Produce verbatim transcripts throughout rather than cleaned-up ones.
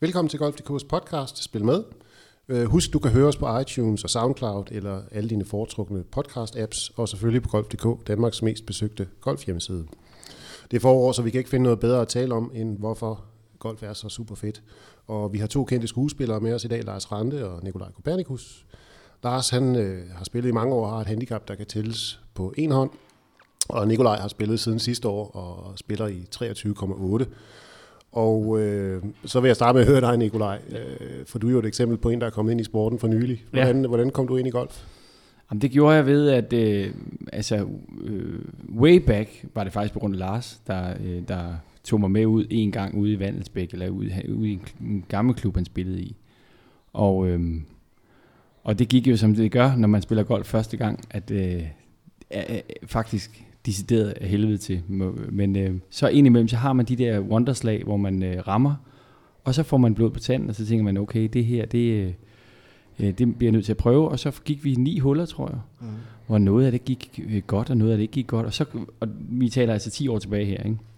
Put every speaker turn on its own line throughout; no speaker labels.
Velkommen til Golf punktum dk's podcast Spil med. Husk, du kan høre os på iTunes og SoundCloud eller alle dine foretrukne podcast-apps, og selvfølgelig på Golf punktum dk, Danmarks mest besøgte golfhjemmeside. Det er forår, så vi kan ikke finde noget bedre at tale om, end hvorfor golf er så super fedt. Og vi har to kendte skuespillere med os i dag, Lars Ranthe og Nikolaj Kopernikus. Lars han, øh, har spillet i mange år og har et handicap, der kan tælles på en hånd. Og Nikolaj har spillet siden sidste år og spiller i treogtyve komma otte. Og øh, så vil jeg starte med at høre dig, Nikolaj, øh, for du er jo et eksempel på en, der er kommet ind i sporten for nylig. Hvordan, ja. hvordan kom du ind i golf?
Jamen, det gjorde jeg ved, at øh, altså, øh, way back var det faktisk på grund af Lars, der, øh, der tog mig med ud en gang ude i Vandelsbæk, eller ude, ude i en gammel klub, han spillede i. Og, øh, og det gik jo, som det gør, når man spiller golf første gang, at øh, øh, faktisk decideret af helvede til. Men øh, så indimellem, så har man de der wonderslag, hvor man øh, rammer, og så får man blod på tanden, og så tænker man, okay, det her, det, øh, det bliver jeg nødt til at prøve. Og så gik vi ni huller, tror jeg, mm. hvor noget af det gik godt, og noget af det ikke gik godt. Og, så, og vi taler altså ti år tilbage her, ikke?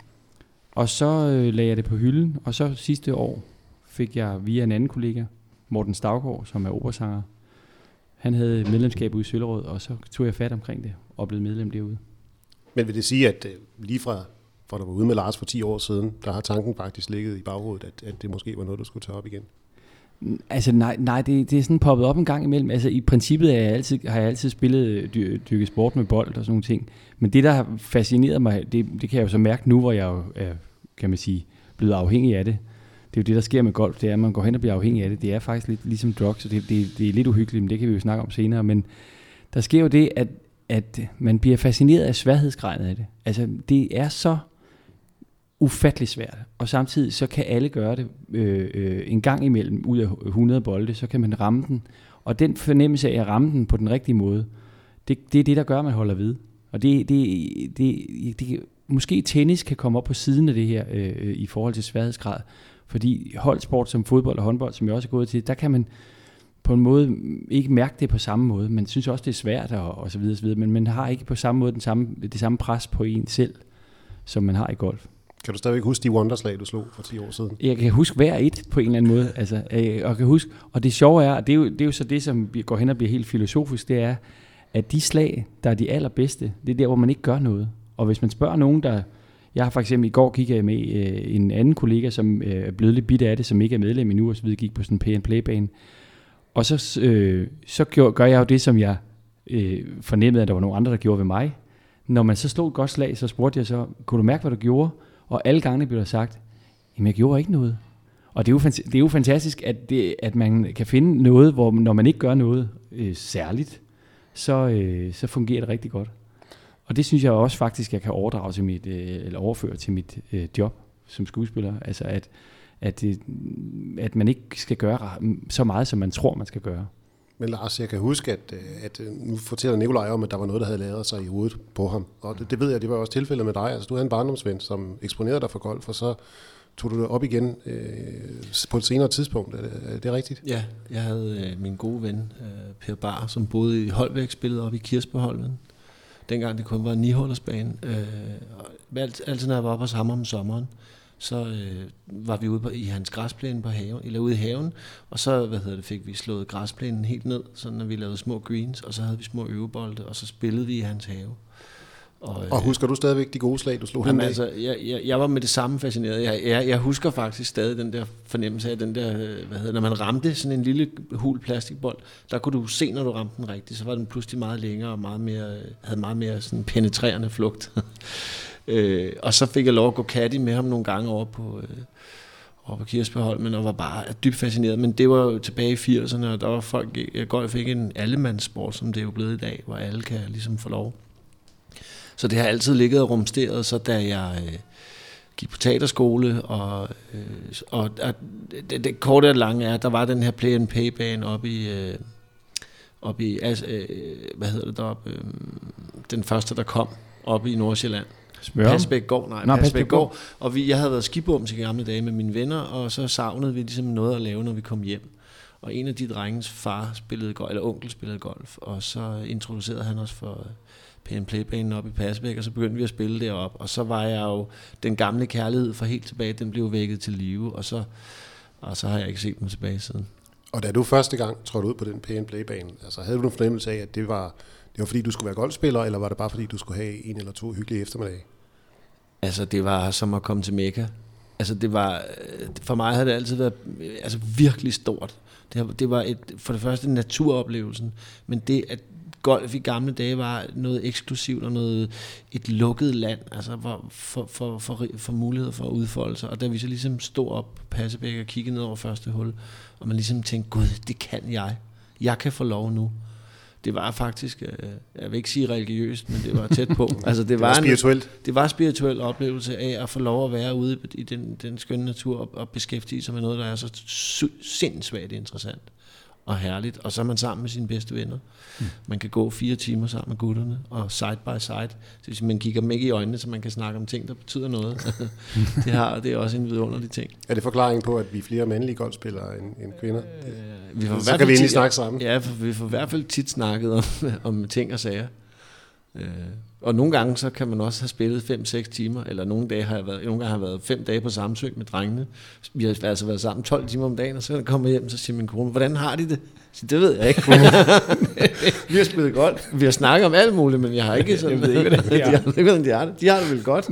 Og så øh, lagde jeg det på hylden, og så sidste år fik jeg via en anden kollega, Morten Stavgaard, som er operasanger. Han havde medlemskab ude i Søllerød, og så tog jeg fat omkring det, og blev medlem derude.
Men vil det sige, at lige fra, fra du var ude med Lars for ti år siden, der har tanken faktisk ligget i baghovedet, at, at det måske var noget, du skulle tage op igen?
Altså nej, nej det, det er sådan poppet op en gang imellem. Altså i princippet er jeg altid, har jeg altid spillet dy, dyrket sport med bold og sådan nogle ting. Men det, der har fascineret mig, det, det kan jeg jo så mærke nu, hvor jeg jo er, kan man sige, blevet afhængig af det. Det er jo det, der sker med golf, det er, at man går hen og bliver afhængig af det. Det er faktisk lidt ligesom drugs, og det, det, det er lidt uhyggeligt, men det kan vi jo snakke om senere. Men der sker jo det, at at man bliver fascineret af sværhedsgraden af det. Altså, det er så ufattelig svært, og samtidig så kan alle gøre det øh, øh, en gang imellem ud af hundrede bolde, så kan man ramme den, og den fornemmelse af at ramme den på den rigtige måde, det, det er det, der gør, at man holder ved. Og det, det, det, det måske tennis kan komme op på siden af det her øh, i forhold til sværhedsgrad, fordi holdsport som fodbold og håndbold, som jeg også er gået til, der kan man på en måde ikke mærke det på samme måde. Man synes også, det er svært og, og så videre, så videre, men man har ikke på samme måde den samme, det samme pres på en selv, som man har i golf. Kan
du stadigvæk huske de wonderslag, du slog for ti år siden?
Jeg kan huske hver et på en eller anden måde. Altså, og, kan huske, og det sjove er, og det er, jo, det er jo så det, som går hen og bliver helt filosofisk, det er, at de slag, der er de allerbedste, det er der, hvor man ikke gør noget. Og hvis man spørger nogen, der... Jeg har for eksempel i går kigget med øh, en anden kollega, som øh, er blevet lidt bidt af det, som ikke er medlem endnu, og så videre, gik på sådan en pay-and-play-bane. Og så, øh, så gør, gør jeg jo det, som jeg øh, fornemmede, at der var nogle andre, der gjorde ved mig. Når man så slog et godt slag, så spurgte jeg så, kunne du mærke, hvad du gjorde? Og alle gange blev der sagt, jamen jeg gjorde ikke noget. Og det er jo, det er jo fantastisk, at, det, at man kan finde noget, hvor når man ikke gør noget øh, særligt, så, øh, så fungerer det rigtig godt. Og det synes jeg også faktisk, jeg kan overdrage til mit, øh, eller overføre til mit øh, job som skuespiller. Altså at At, det, at man ikke skal gøre så meget, som man tror, man skal gøre.
Men Lars, jeg kan huske, at, at nu fortæller Nikolaj om, at der var noget, der havde lavet sig i hovedet på ham. Og det, det ved jeg, det var også tilfældet med dig. Altså, du havde en barndomsven, som eksponerede dig for golf, og så tog du det op igen øh, på et senere tidspunkt. Er det, er det rigtigt?
Ja, jeg havde øh, min gode ven, øh, Per Bar, som boede i Holbæk, spillede op i Kirsbergholmen. Dengang det kun var en ni-hullersbane. Øh, alt, altid når jeg var oppe hos ham om sommeren, så øh, var vi ude på, i hans græsplæne på haven, eller ude i haven, og så hvad hedder det, fik vi slået græsplænen helt ned, sådan at vi lavede små greens, og så havde vi små øvebolde, og så spillede vi i hans have.
Og, og husker du stadigvæk de gode slag, du slog
jamen,
hen
altså, jeg, jeg, jeg var med det samme fascineret. Jeg, jeg, jeg husker faktisk stadig den der fornemmelse af, den der, hvad hedder, når man ramte sådan en lille hul plastikbold, der kunne du se, når du ramte den rigtigt, så var den pludselig meget længere og meget mere, havde meget mere sådan penetrerende flugt. Øh, og så fik jeg lov at gå caddy med ham nogle gange over på, øh, over på Kirsbergholmen, og var bare dybt fascineret. Men det var jo tilbage i firserne, og der var folk, jeg golf ikke en allemandssport, som det er jo blevet i dag, hvor alle kan ligesom få lov. Så det har altid ligget og rumsteret, så da jeg øh, gik på teaterskole, og, øh, og, og det, det korte og lange er, der var den her play-and-pay-bane oppe i, øh, oppe i øh, hvad hedder det deroppe, øh, den første, der kom, oppe i Nordsjælland. Pasbækgård, nej, Nå, Pasbækgård. Og vi, jeg havde været skibum til gamle dage med mine venner, og så savnede vi ligesom noget at lave, når vi kom hjem. Og en af de drengens far spillede golf, eller onkel spillede golf, og så introducerede han os for pay-and-play-banen op i Pasbæk, og så begyndte vi at spille derop. Og så var jeg jo, den gamle kærlighed fra helt tilbage, den blev vækket til live, og så og så har jeg ikke set dem tilbage siden.
Og da du første gang trådte ud på den pæne playbane, altså havde du en fornemmelse af, at det var, det var fordi, du skulle være golfspiller, eller var det bare fordi, du skulle have en eller to hyggelige eftermiddage?
Altså, det var som at komme til Mekka. Altså, det var, for mig havde det altid været altså, virkelig stort. Det, det var et, for det første naturoplevelsen, men det, at golf i gamle dage var noget eksklusivt og noget, et lukket land, altså for, for, for, for, for muligheder for at udfolde sig. Og da vi så ligesom stod op på Passebæk og kiggede ned over første hul, og man ligesom tænkte, gud, det kan jeg. Jeg kan få lov nu. Det var faktisk, jeg vil ikke sige religiøst, men det var tæt på. Altså, det,
det
var
var spirituelt.
En, det var en spirituel oplevelse af at få lov at være ude i den, den skønne natur og, og beskæftige sig med noget, der er så sindssygt interessant og herligt. Og så er man sammen med sine bedste venner. Mm. Man kan gå fire timer sammen med gutterne, og side by side. Det vil sige, man kigger dem ikke i øjnene, så man kan snakke om ting, der betyder noget. det, har, det er også en vidunderlig ting.
Er det forklaringen på, at vi er flere mandlige golfspillere end, end kvinder?
Vi får
så kan vi endelig snakke sammen.
Ja, for vi får i hvert fald tit snakket om, om ting og sager. Øh, og nogle gange så kan man også have spillet fem seks timer, eller nogle dage har jeg været, nogle gange har jeg været fem dage på Samsø med drengene. Vi har altså været sammen tolv timer om dagen, og så kommer jeg hjem, så siger min kone, hvordan har de det? Så det ved jeg ikke. Vi har spillet golf. Vi har snakket om alt muligt, men jeg har ikke sådan, jeg ved ikke, hvordan de har det. Hvordan de har det. De har det vel godt.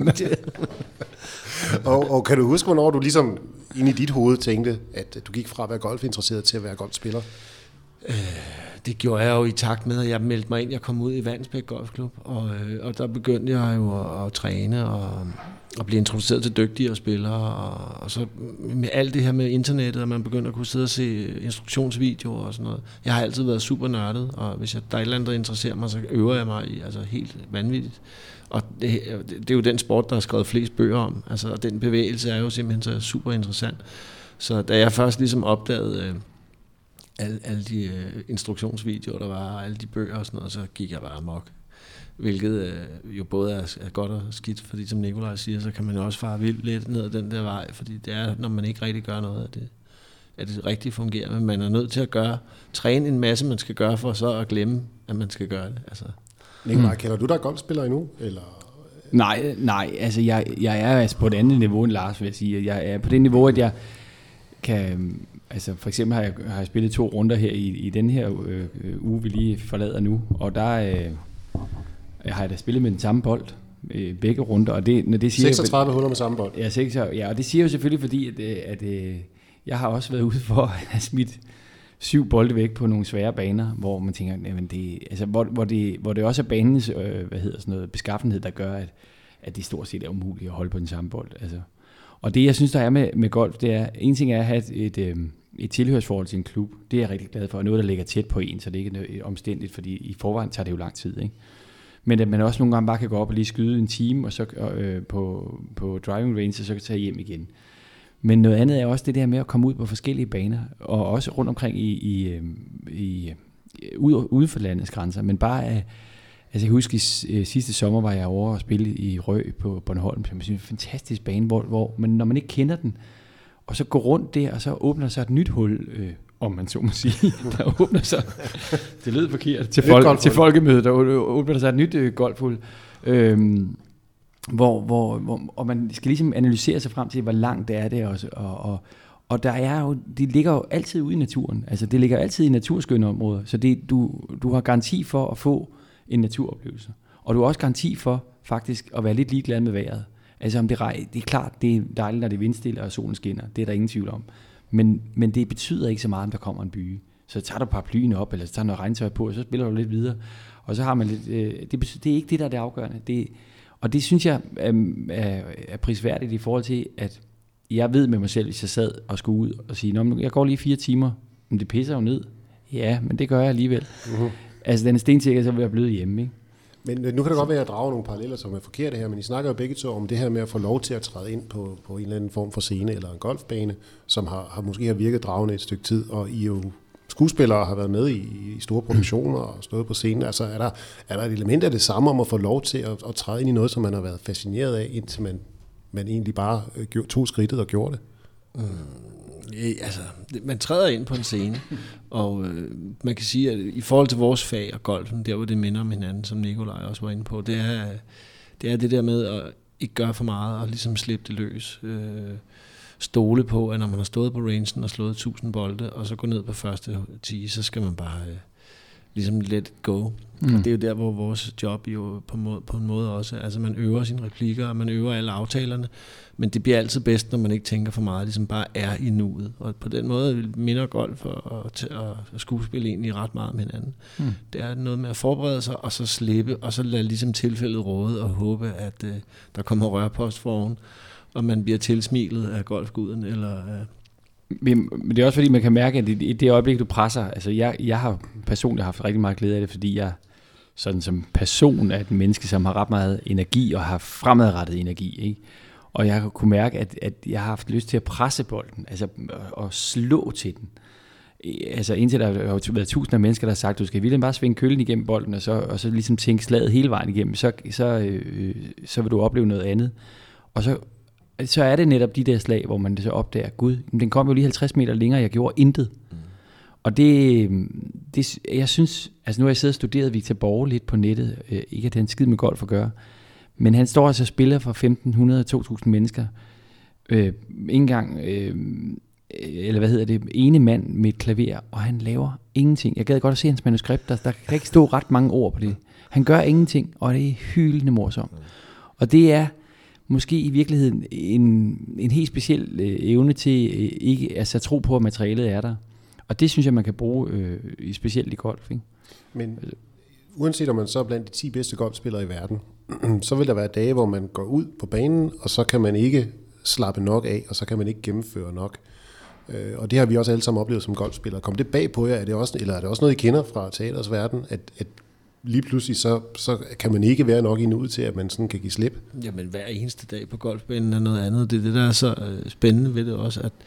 og, og kan du huske, hvornår du ligesom ind i dit hoved tænkte, at du gik fra at være golfinteresseret til at være golfspiller?
Øh, det gjorde jeg jo i takt med, at jeg meldte mig ind. Jeg kom ud i Vandensbæk Golfklub, og, og der begyndte jeg jo at, at træne og at blive introduceret til dygtigere spillere. Og, og så med alt det her med internettet, at man begynder at kunne sidde og se instruktionsvideoer og sådan noget. Jeg har altid været super nørdet, og hvis jeg, der er et eller andet, der interesserer mig, så øver jeg mig i, altså helt vanvittigt. Og det, det er jo den sport, der er skrevet flest bøger om. Altså, og den bevægelse er jo simpelthen så super interessant. Så da jeg først ligesom opdagede øh, alle, alle de øh, instruktionsvideoer, der var, og alle de bøger og sådan noget, så gik jeg bare amok. Hvilket øh, jo både er, er godt og skidt, fordi som Nikolaj siger, så kan man jo også fare vildt lidt ned ad den der vej, fordi det er, når man ikke rigtig gør noget af det, at det rigtig fungerer. Men man er nødt til at gøre, træne en masse, man skal gøre for så at glemme, at man skal gøre det. Altså.
Nikolaj, hmm. kender du dig golfspiller endnu? Eller?
Nej, nej, altså jeg, jeg er altså på et andet niveau end Lars, vil jeg sige. Jeg er på det niveau, at jeg kan, altså for eksempel har jeg, har jeg spillet to runder her i, i den her øh, uge, vi lige forlader nu, og der øh, har jeg da spillet med den samme bold øh, begge runder, og det, når det siger
seksogtredive huller med samme bold.
Ja, seksogtredive, ja, og det siger jo selvfølgelig, fordi at, at, at jeg har også været ude for at have smidt syv bolde væk på nogle svære baner, hvor man tænker, jamen det, altså hvor, hvor, det, hvor det også er banens øh, hvad hedder sådan noget, beskaffenhed, der gør, at, at det stort set er umuligt at holde på den samme bold. Altså. Og det, jeg synes, der er med, med golf, det er, en ting er at have et, et, et tilhørsforhold til en klub. Det er jeg rigtig glad for, og noget, der ligger tæt på en, så det ikke er omstændigt, fordi i forvejen tager det jo lang tid, ikke? Men at man også nogle gange bare kan gå op og lige skyde en time og så, øh, på, på driving range, og så kan tage hjem igen. Men noget andet er også det der med at komme ud på forskellige baner, og også rundt omkring i, i, i, ude, ude for landets grænser. Men bare, altså jeg husker i sidste sommer var jeg over og spille i Rø på Bornholm, som er en fantastisk bane, hvor, hvor man, når man ikke kender den, og så går rundt der, og så åbner sig et nyt hul, øh, om man så må sige, der åbner sig, det lød forkert, til, folk, til folkemødet, der åbner sig et nyt øh, golfhul, øhm, Hvor, hvor, hvor, og man skal ligesom analysere sig frem til, hvor langt det er det også, og, og, og der er jo, det ligger jo altid ude i naturen, altså det ligger altid i naturskønne områder, så det, du, du har garanti for at få en naturoplevelse, og du har også garanti for faktisk at være lidt ligeglad med vejret, altså om det regner, det er klart, det er dejligt, når det er vindstille og solen skinner, det er der ingen tvivl om, men, men det betyder ikke så meget, om der kommer en byge, så tager du paraplyen op, eller så tager du noget regntøj på, og så spiller du lidt videre, og så har man lidt, øh, det, betyder, det er ikke det, der er det afgørende, det Og det synes jeg er, er, er prisværdigt i forhold til, at jeg ved med mig selv, hvis jeg sad og skulle ud og sige, nå, jeg går lige fire timer, men det pisser jo ned. Ja, men det gør jeg alligevel. Uh-huh. Altså, den er stensikker, så vil jeg blive hjemme, ikke?
Men nu kan det godt være, at jeg drager nogle paralleller, som er forkerte her, men I snakker jo begge to om det her med at få lov til at træde ind på, på en eller anden form for scene eller en golfbane, som har, har måske har virket dragende et stykke tid, og I jo skuespillere har været med i, i store produktioner og stået på scenen. Altså er der, er der et element af det samme om at få lov til at, at træde ind i noget, som man har været fascineret af, indtil man, man egentlig bare tog skridtet og gjorde det?
Mm, ja, altså, man træder ind på en scene, og øh, man kan sige, at i forhold til vores fag og golfen, der hvor det minder om hinanden, som Nikolaj også var inde på, det er det, er det der med at ikke gøre for meget og ligesom slippe det løs. Øh, stole på, at når man har stået på rangen og slået tusind bolde, og så går ned på første ti, så skal man bare øh, ligesom let it go. Mm. Og det er jo der, hvor vores job jo på, måde, på en måde også, altså man øver sine replikker, og man øver alle aftalerne, men det bliver altid bedst, når man ikke tænker for meget, ligesom bare er i nuet. Og på den måde minder golf og, og, og skuespil egentlig ret meget om hinanden. Mm. Det er noget med at forberede sig, og så slippe, og så lade ligesom tilfældet råde, og håbe, at øh, der kommer rørpost foroven, og man bliver tilsmilet af golfguden, eller... Øh,
Men det er også fordi, man kan mærke, at i det øjeblik, du presser, altså jeg, jeg har personligt haft rigtig meget glæde af det, fordi jeg sådan som person er et menneske, som har ret meget energi, og har fremadrettet energi, ikke? Og jeg kunne mærke, at, at jeg har haft lyst til at presse bolden, altså og slå til den. Altså indtil der har været tusinder af mennesker, der har sagt, du skal virkelig bare svinge køllen igennem bolden, og så, og så ligesom tænke slaget hele vejen igennem, så, så, øh, så vil du opleve noget andet. Og så så er det netop de der slag, hvor man så opdager, gud, den kom jo lige halvtreds meter længere, jeg gjorde intet. Mm. Og det, det, jeg synes, altså nu har jeg siddet og studeret Victor Borge lidt på nettet, øh, ikke at det er en skid med golf at gøre, men han står altså og spiller for femten hundrede til to tusind mennesker, øh, ikke engang, øh, eller hvad hedder det, ene mand med et klaver, og han laver ingenting. Jeg gad godt at se hans manuskript, der, der kan ikke stå ret mange ord på det. Han gør ingenting, og det er hyldende morsomt. Mm. Og det er måske i virkeligheden en, en helt speciel øh, evne til øh, ikke altså, at tro på, at materialet er der. Og det synes jeg, man kan bruge øh, specielt i golf. Ikke?
Men uanset om man så er blandt de ti bedste golfspillere i verden, så vil der være dage, hvor man går ud på banen, og så kan man ikke slappe nok af, og så kan man ikke gennemføre nok. Øh, og det har vi også alle sammen oplevet som golfspillere. Kom det bag på jer, er det også, eller er det også noget, I kender fra teaters verden, at, at lige pludselig, så, så kan man ikke være nok i nuet til, at man sådan kan give slip?
Jamen, hver eneste dag på golfbanen er noget andet. Det er det, der er så øh, spændende ved det også, at,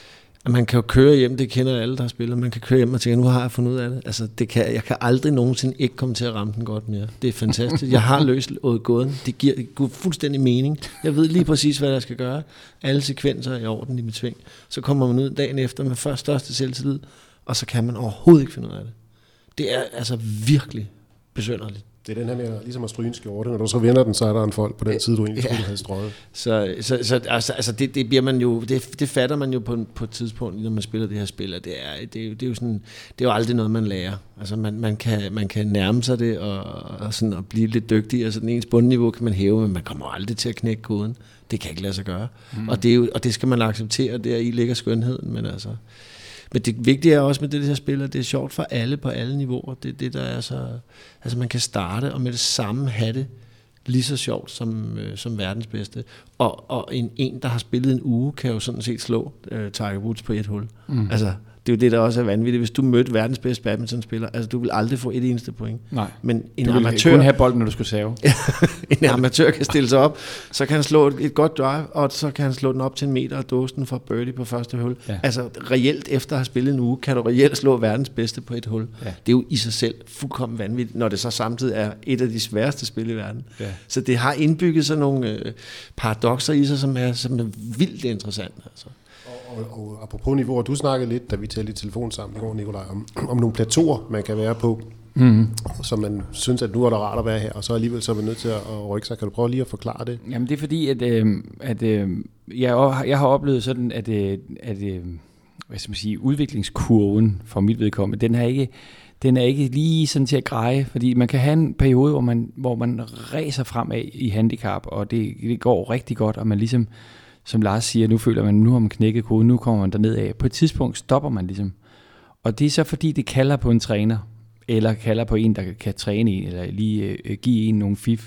at man kan jo køre hjem, det kender alle, der har spillet, man kan køre hjem og tænke, nu har jeg fundet ud af det. Altså, det kan, jeg kan aldrig nogensinde ikke komme til at ramme den godt mere. Det er fantastisk. Jeg har løst gåden. Det giver, det giver fuldstændig mening. Jeg ved lige præcis, hvad jeg skal gøre. Alle sekvenser er i orden i mit sving. Så kommer man ud dagen efter med først største selvtillid, og så kan man overhovedet ikke finde ud af det. Det er altså virkelig besynderligt.
Det er den her med ligesom at stryge en skjorte. Når du så vender den, så er der en folk på den side, du egentlig skulle have strøget.
Så, så, så altså, altså det, det bliver man jo, det, det fatter man jo på, på et tidspunkt, når man spiller det her spil, og det er, det, er, det er jo sådan, det er jo aldrig noget, man lærer. Altså man, man, kan, man kan nærme sig det, og, og, sådan, og blive lidt dygtig, og sådan ens bundniveau kan man hæve, men man kommer aldrig til at knække koden. Det kan ikke lade sig gøre. Mm. Og, det er jo, og det skal man acceptere, der i ligger skønheden, men altså... Men det vigtige er også med det her spil, at det er sjovt for alle på alle niveauer. Det er det, der er så... Altså man kan starte og med det samme have det lige så sjovt som, øh, som verdens bedste. Og, og en, en, der har spillet en uge, kan jo sådan set slå øh, Tiger Woods på et hul. Mm. Altså, det er jo det, der også er vanvittigt. Hvis du mødte verdens bedste badmintonspiller, altså du vil aldrig få et eneste point.
Nej,
men en
du
amatør,
vil kun have bolden, når du skal serve.
En amatør kan stille sig op, så kan han slå et, et godt drive, og så kan han slå den op til en meter og dåse den for birdie på første hul. Ja. Altså reelt efter at have spillet en uge, kan du reelt slå verdens bedste på et hul. Ja. Det er jo i sig selv fuldkommen vanvittigt, når det så samtidig er et af de sværeste spil i verden. Ja. Så det har indbygget sådan nogle øh, paradokser i sig, som er, som er vildt interessant. Altså.
Og, og, og apropos niveauer, du snakkede lidt, da vi talte i telefon sammen i går, Nikolaj, om, om nogle plateauer, man kan være på, mm-hmm. som man synes, at nu er der rart at være her, og så alligevel så er man nødt til at rykke sig. Kan du prøve lige at forklare det?
Jamen det er fordi, at, øh, at øh, jeg, jeg har oplevet sådan, at, øh, at øh, hvad skal man sige, udviklingskurven for mit vedkommende, den er ikke, den er ikke lige sådan til at greje, fordi man kan have en periode, hvor man, hvor man ræser fremad i handicap, og det, det går rigtig godt, og man ligesom, som Lars siger, nu føler man, nu har man knækket koden, nu kommer man derned af. På et tidspunkt stopper man ligesom. Og det er så fordi, det kalder på en træner, eller kalder på en, der kan træne en, eller lige øh, give en nogle fif.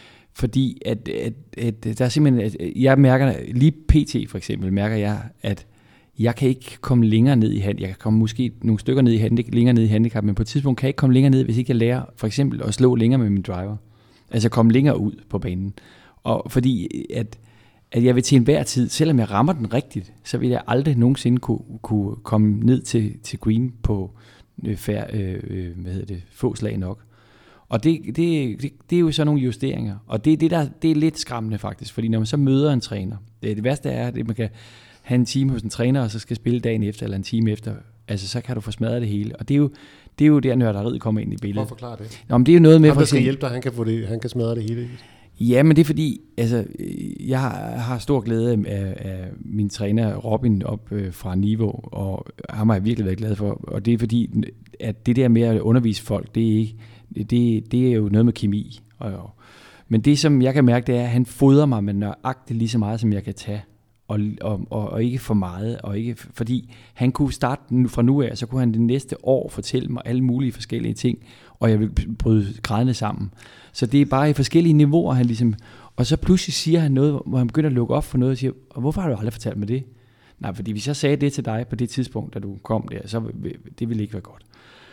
Fordi at, at, at der er simpelthen, at jeg mærker, lige pt for eksempel, mærker jeg, at jeg kan ikke komme længere ned i handicap. Jeg kan komme måske nogle stykker ned i handicap, længere ned i handicap, men på et tidspunkt kan jeg ikke komme længere ned, hvis ikke jeg lærer for eksempel at slå længere med min driver. Altså komme længere ud på banen. Og fordi at at jeg vil til enhver tid, selvom jeg rammer den rigtigt, så vil jeg aldrig nogensinde kunne, kunne komme ned til, til green på øh, fær, øh, hvad hedder det, få slag nok. Og det, det, det, det er jo så nogle justeringer. Og det, det, der, det er lidt skræmmende faktisk, fordi når man så møder en træner, det, det værste er, at man kan have en time hos en træner, og så skal spille dagen efter, eller en time efter, altså så kan du få smadret det hele. Og det er jo, det er jo der nørderiet kommer ind i billedet.
Hvorfor forklare det?
Nå, men det er jo noget med...
Han, der skal hjælpe dig, han kan, få det, han kan smadre det hele.
Ja, men det er fordi, altså, jeg har stor glæde af, af min træner Robin op øh, fra Niveau, og ham har jeg virkelig været glad for. Og det er fordi, at det der med at undervise folk, det er, ikke, det, det er jo noget med kemi. Og, men det, som jeg kan mærke, det er, at han fodrer mig med nøjagtigt lige så meget, som jeg kan tage. Og, og, og, og ikke for meget, og ikke, fordi han kunne starte fra nu af, så kunne han det næste år fortælle mig alle mulige forskellige ting, og jeg vil bryde grædende sammen. Så det er bare i forskellige niveauer, han ligesom, og så pludselig siger han noget, hvor han begynder at lukke op for noget, og siger, og hvorfor har du aldrig fortalt mig det? Nej, fordi hvis jeg sagde det til dig på det tidspunkt, da du kom der, så det ville ikke være godt.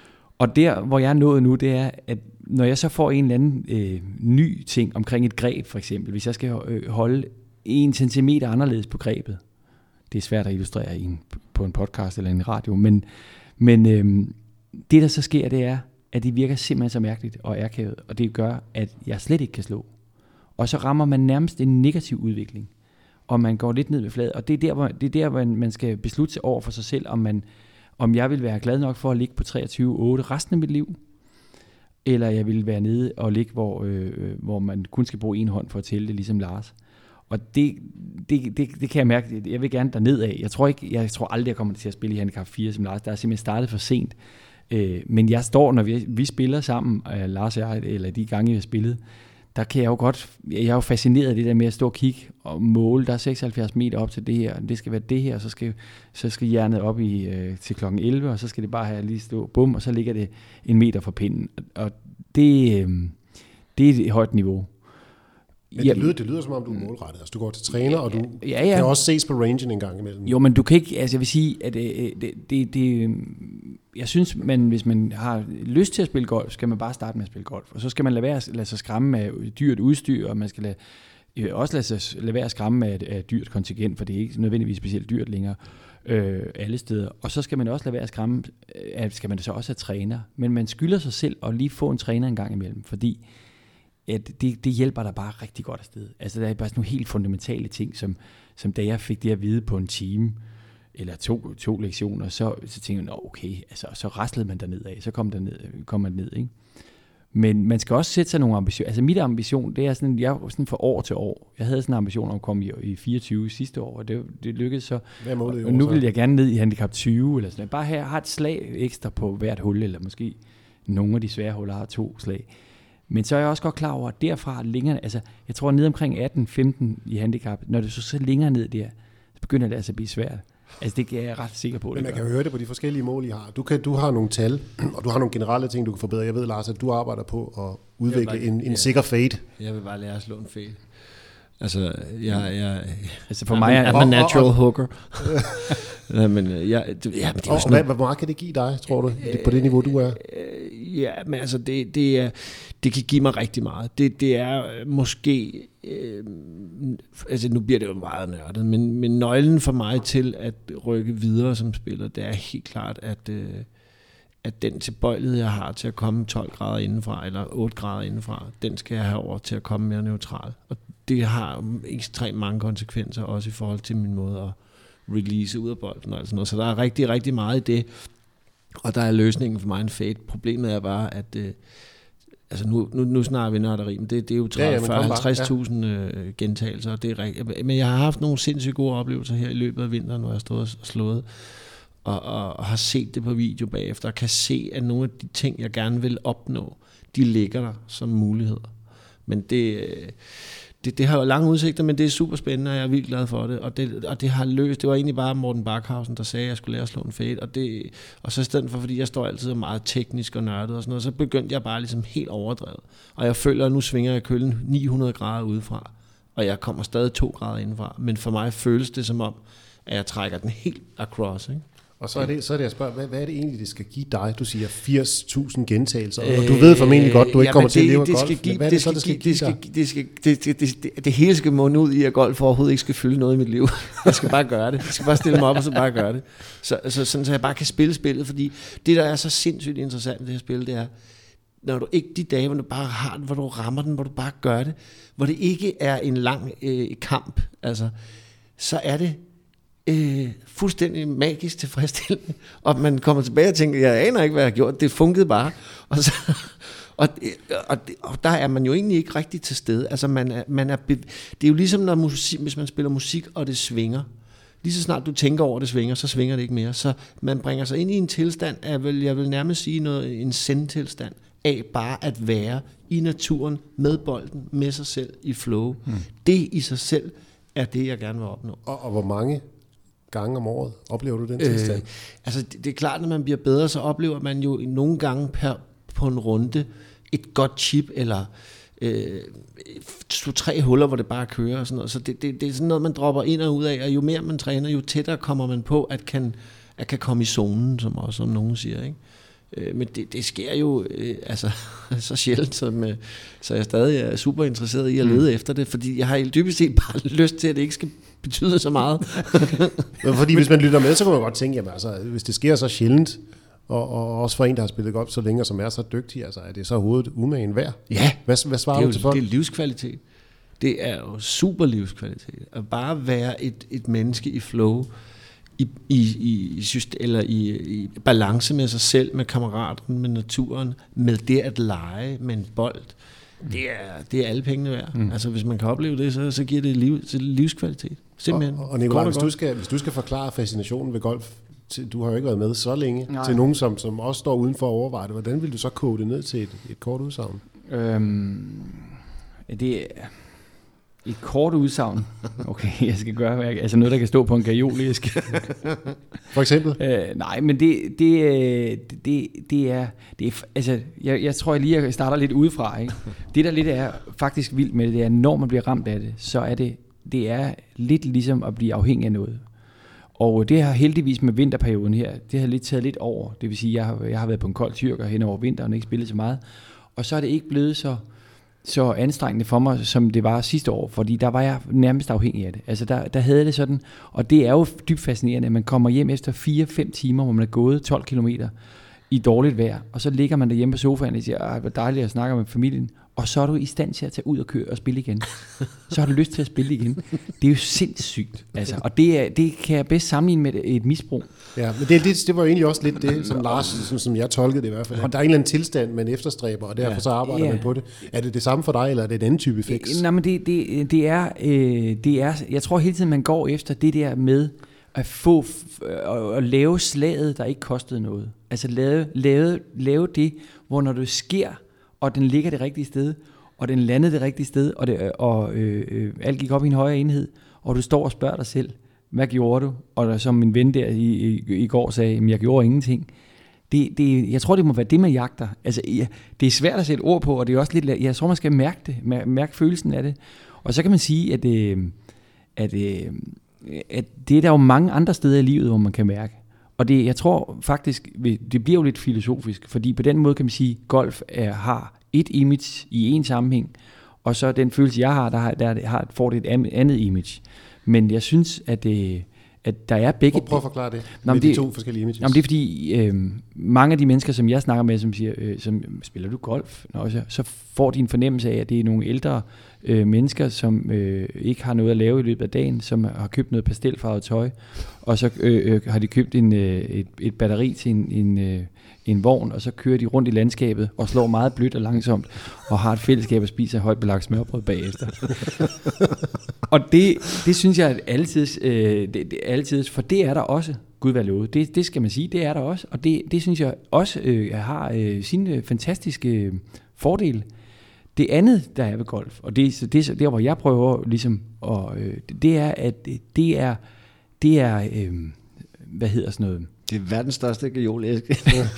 Og der, hvor jeg er nået nu, det er, at når jeg så får en eller anden øh, ny ting omkring et greb, for eksempel, hvis jeg skal øh, holde en centimeter anderledes på grebet. Det er svært at illustrere i en, på en podcast eller en radio, men, men øhm, det der så sker, det er, at det virker simpelthen så mærkeligt og akavet, og det gør, at jeg slet ikke kan slå. Og så rammer man nærmest en negativ udvikling, og man går lidt ned ved fladet, og det er der, hvor, det er der, hvor man skal beslutte sig over for sig selv, om, man, om jeg vil være glad nok for at ligge på treogtyve otte resten af mit liv, eller jeg vil være nede og ligge, hvor, øh, hvor man kun skal bruge en hånd for at tælle det, ligesom Lars. Og det, det, det, det kan jeg mærke, jeg vil gerne derned af. Jeg tror, ikke, jeg tror aldrig, jeg kommer til at spille i handicap fire som Lars. Der er simpelthen startet for sent. Øh, men jeg står, når vi, vi spiller sammen, øh, Lars og jeg, eller de gange, vi har spillet, der kan jeg jo godt, jeg er jo fascineret af det der med at stå og kigge og måle. Der er seksoghalvfjerds meter op til det her, det skal være det her, og så skal, så skal hjernet op i, øh, til klokken elleve, og så skal det bare have lige stå, bum, og så ligger det en meter fra pinden. Og det, øh, det er et højt niveau.
Men det lyder, det lyder som om, du er målrettet. Altså, du går til træner, og du
ja, ja.
kan også ses på rangen en gang imellem.
Jo, men du kan ikke, altså jeg vil sige, at det, det, det, det jeg synes, man, hvis man har lyst til at spille golf, skal man bare starte med at spille golf. Og så skal man lade, være, lade sig skræmme af dyrt udstyr, og man skal lade, også lade, sig, lade være at skræmme af, af dyrt kontingent, for det er ikke nødvendigvis specielt dyrt længere øh, alle steder. Og så skal man også lade være at skræmme, at skal man så også have træner. Men man skylder sig selv at lige få en træner en gang imellem, fordi at det, det hjælper dig bare rigtig godt afsted. Altså, der er bare sådan nogle helt fundamentale ting, som, som da jeg fik det at vide på en time, eller to, to lektioner, så, så tænkte jeg, okay, altså, så raslede man derned af, så kom, der ned, kom man ned, ikke? Men man skal også sætte sig nogle ambitioner. Altså, mit ambition, det er sådan, jeg er sådan for år til år. Jeg havde sådan en ambition om at komme i, i fireogtyve sidste år, og det, det lykkedes så.
Hvad er målet i år,
og nu vil jeg gerne ned i handicap tyve, eller sådan. Bare her har et slag ekstra på hvert hul, eller måske nogle af de svære huller har to slag. Men så er jeg også godt klar over, at derfra længere, altså jeg tror ned omkring atten femten i handicap, når det så, så længere ned der, så begynder det altså at blive svært. Altså det er jeg ret sikker på.
Men man kan høre det på de forskellige mål, I har. Du, kan, du har nogle tal, og du har nogle generelle ting, du kan forbedre. Jeg ved, Lars, at du arbejder på at udvikle bare, en, en ja. sikker fade.
Jeg vil bare lære at slå en fade. Altså, jeg, jeg,
altså for mig
er en natural og, og, hooker. Nej, men jeg, ja, men det er
og, og hvad, hvor meget kan det give dig, tror du, øh, på det niveau, du er?
Øh, ja, men altså, det, det, er, det kan give mig rigtig meget. Det, det er måske, øh, altså nu bliver det jo meget nørdet, men, men nøglen for mig til at rykke videre som spiller, det er helt klart, at, øh, at den tilbøjelighed, jeg har til at komme tolv grader indenfra, eller otte grader indenfra, den skal jeg have over til at komme mere neutral. Og det har ekstremt mange konsekvenser, også i forhold til min måde at release ud af bolden og sådan noget. Så der er rigtig, rigtig meget i det. Og der er løsningen for mig en fade. Problemet er bare, at øh, altså nu, nu, nu snakker vi nørderi, men det, det er jo tredive, fyrre, halvtreds tusind øh, gentagelser. Og det er rigtigt. Men jeg har haft nogle sindssygt gode oplevelser her i løbet af vinteren, hvor jeg har stået og slået, og, og, og har set det på video bagefter, og kan se, at nogle af de ting, jeg gerne vil opnå, de ligger der som muligheder. Men det... Øh, Det, det har jo lange udsigter, men det er super spændende, og jeg er vildt glad for det. Og det, og det har løst. Det var egentlig bare Morten Backhausen, der sagde, at jeg skulle lære at slå en fade. Og, det, og så i stedet for, fordi jeg står altid meget teknisk og nørdet og sådan noget, så begyndte jeg bare ligesom helt overdrevet. Og jeg føler, at nu svinger jeg kølen ni hundrede grader udefra, og jeg kommer stadig to grader indenfra. Men for mig føles det som om, at jeg trækker den helt across, ikke?
Og så er det, så er det jeg spørger, hvad, hvad er det egentlig, det skal give dig? Du siger firs tusind gentagelser, øh, og du ved formentlig godt, du ikke ja, kommer det, til at leve af golf. Give, hvad er det så, det skal give dig?
Det, skal, det, det, det, det, det hele skal munde ud i, at golf overhovedet ikke skal fylde noget i mit liv. Jeg skal bare gøre det. Jeg skal bare stille mig op, og så bare gøre det. Så, så, sådan, så jeg bare kan spille spillet, fordi det, der er så sindssygt interessant ved det her spil, det er, når du ikke de dage, hvor du bare har den, hvor du rammer den, hvor du bare gør det, hvor det ikke er en lang øh, kamp, altså, så er det Øh, fuldstændig magisk tilfredsstillende, og man kommer tilbage og tænker, jeg aner ikke, hvad jeg har gjort, det funkede bare, og så, Og, og, og der er man jo egentlig ikke rigtig til stede. Altså man er, man er bev- det er jo ligesom, når musik, hvis man spiller musik, og det svinger. Lige så snart du tænker over, det svinger, så svinger det ikke mere. Så man bringer sig ind i en tilstand af, vel, jeg vil nærmest sige noget, en zen-tilstand af bare at være i naturen, med bolden, med sig selv, i flow. Mm. Det i sig selv er det, jeg gerne vil opnå.
Og, og hvor mange gange om året oplever du den tilstand?
Øh, altså det, det er klart, når man bliver bedre, så oplever man jo nogle gange per, på en runde et godt chip, eller øh, to-tre huller, hvor det bare kører og sådan noget. Så det, det, det er sådan noget, man dropper ind og ud af, og jo mere man træner, jo tættere kommer man på, at kan, at kan komme i zonen, som også som nogen siger, ikke? Øh, men det, det sker jo øh, altså, så sjældent, som, øh, så jeg stadig er super interesseret i at lede mm. efter det, fordi jeg har dybest set bare lyst til, at det ikke skal betyde så meget.
Fordi hvis man lytter med, så kan man godt tænke, jamen, altså, hvis det sker så sjældent, og, og også for en, der har spillet golf så længe, som er så dygtig, altså, er det så hovedet umagen værd?
Ja,
hvad, hvad svarer
det er
du til folk?
Det er livskvalitet. Det er jo super livskvalitet. At bare være et, et menneske i flow, i, i, i, system, eller i, i balance med sig selv, med kammeraten, med naturen, med det at lege med en bold. Det er, det er alle pengene værd. Mm. Altså hvis man kan opleve det, så, så giver det liv, så livskvalitet. Simpelthen.
Og, og Nicolaj, hvis du, skal, hvis du skal forklare fascinationen ved golf, til, du har jo ikke været med så længe, Nej. til nogen, som, som også står uden for at overveje det, hvordan vil du så kode det ned til et, et kort udsagn?
Øhm, det er et kort udsagn. Okay, jeg skal gøre, altså noget, der kan stå på en gajolisk.
For eksempel?
Øh, nej, men det, det, det, det er, det er, altså, jeg, jeg tror jeg lige, jeg starter lidt udefra, ikke? Det, der lidt er faktisk vildt med det, det er, når man bliver ramt af det, så er det, det er lidt ligesom at blive afhængig af noget. Og det har heldigvis med vinterperioden her, det har lidt taget lidt over. Det vil sige, jeg har, jeg har været på en kold tyrker hen over vinteren og ikke spillet så meget. Og så er det ikke blevet så, så anstrengende for mig, som det var sidste år, fordi der var jeg nærmest afhængig af det. Altså der, der havde det sådan, og det er jo dybt fascinerende, at man kommer hjem efter fire fem timer, hvor man er gået tolv kilometer i dårligt vejr, og så ligger man derhjemme på sofaen og siger, hvor dejligt at snakke med familien, og så er du i stand til at tage ud og køre og spille igen. Så har du lyst til at spille igen. Det er jo sindssygt. Altså, og det, er, det kan jeg bedst sammenligne med et misbrug.
Ja, men det, det, det var jo egentlig også lidt det, som Lars, som, som jeg tolkede det i hvert fald. Der er en eller anden tilstand, man efterstræber, og derfor så arbejder ja. man på det. Er det det samme for dig, eller er det en anden type fix?
Nej, men det, det, det, er, øh, det er, jeg tror hele tiden, man går efter det der med at få, øh, at lave slaget, der ikke kostede noget. Altså lave, lave, lave det, hvor når det sker, og den ligger det rigtige sted, og den landede det rigtige sted, og, det, og øh, øh, alt gik op i en højere enhed, og du står og spørger dig selv, hvad gjorde du? Og der, som min ven der i, i, i går sagde, jamen jeg gjorde ingenting. Det, det, jeg tror, det må være det, man jagter. Altså, ja, det er svært at sætte ord på, og det er også lidt, jeg tror, man skal mærke det, mærke følelsen af det. Og så kan man sige, at, øh, at, øh, at det er der jo mange andre steder i livet, hvor man kan mærke. Og det, jeg tror faktisk, det bliver jo lidt filosofisk, fordi på den måde kan man sige, at golf er, har et image i en sammenhæng, og så den følelse, jeg har, der, har, der har, får det et andet image. Men jeg synes, at, det, at der er begge...
Prøv at forklare det
Nå,
med
det,
de to forskellige images.
Nå, det er fordi, øh, mange af de mennesker, som jeg snakker med, som siger, øh, som, spiller du golf? Nå, så, så får de en fornemmelse af, at det er nogle ældre øh, mennesker, som øh, ikke har noget at lave i løbet af dagen, som har købt noget pastelfarvet tøj, og så øh, øh, har de købt en, øh, et, et batteri til en, en, øh, en vogn, og så kører de rundt i landskabet og slår meget blødt og langsomt, og har et fællesskab og spiser højt belagt smørbrød bagefter. Og det, det synes jeg er altid, øh, det, det altid, for det er der også, Gud være lovet, det, det skal man sige, det er der også, og det, det synes jeg også øh, har øh, sine fantastiske øh, fordele. Det andet, der er ved golf, og det, det er der, hvor jeg prøver ligesom, og, øh, det er, at det er, det er øh, hvad hedder sådan noget?
Det er verdens største gajolæske.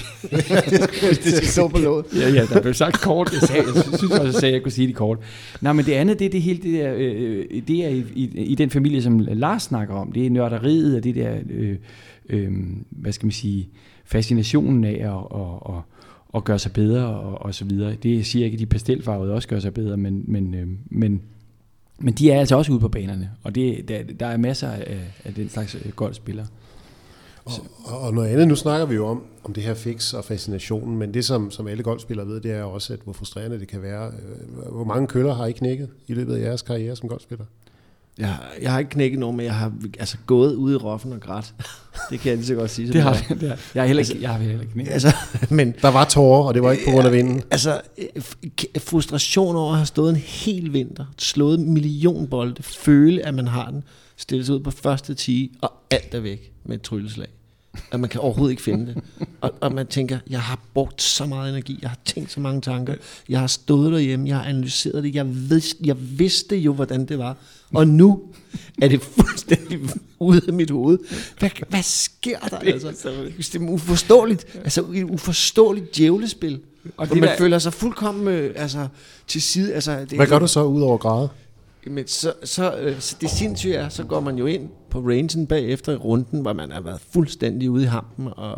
Det skal stå på låget.
Ja, ja, der blev sagt kort. Jeg, sagde, jeg synes også, jeg sagde, at jeg kunne sige det kort. Nej, men det andet, det er det hele det der, øh, det er i, i, i den familie, som Lars snakker om. Det er nørderiet og det der, øh, øh, hvad skal man sige, fascinationen af at, at, at, at gøre sig bedre og, og så videre. Det siger ikke, at de pastelfarvede også gør sig bedre, men, men, øh, men, men de er altså også ude på banerne. Og det, der, der er masser af, af den slags golfspillere.
Og, og noget andet, nu snakker vi jo om, om det her fix og fascinationen, men det som, som alle golfspillere ved, det er også, at hvor frustrerende det kan være. Hvor mange køller har I knækket i løbet af jeres karriere som golfspiller?
Jeg, jeg har ikke knækket nogen, men jeg har altså gået ude i roffen og grædt. Det kan jeg lige så godt sige.
Det har det. det har. Jeg har heller ikke, jeg har heller ikke knækket.
Altså, men
der var tårer, og det var ikke på grund af vinden.
Altså, frustration over at have stået en hel vinter, slået en million bolde, føle, at man har den, stille sig ud på første tee, og alt er væk med et trylleslag. At man kan overhovedet ikke finde det. Og, og man tænker, jeg har brugt så meget energi, jeg har tænkt så mange tanker, jeg har stået derhjemme, jeg har analyseret det, jeg vidste, jeg vidste jo, hvordan det var. Og nu er det fuldstændig ude af mit hoved. Hvad, hvad sker der? Altså? Det er uforståeligt. Altså et uforståeligt djævlespil. Og det man der... føler sig fuldkommen altså, til side. Altså, det
hvad gør du så ud over græde?
Men så, så, så det sindssyge er, så går man jo ind på rangen bagefter i runden, hvor man har været fuldstændig ude i hampen, og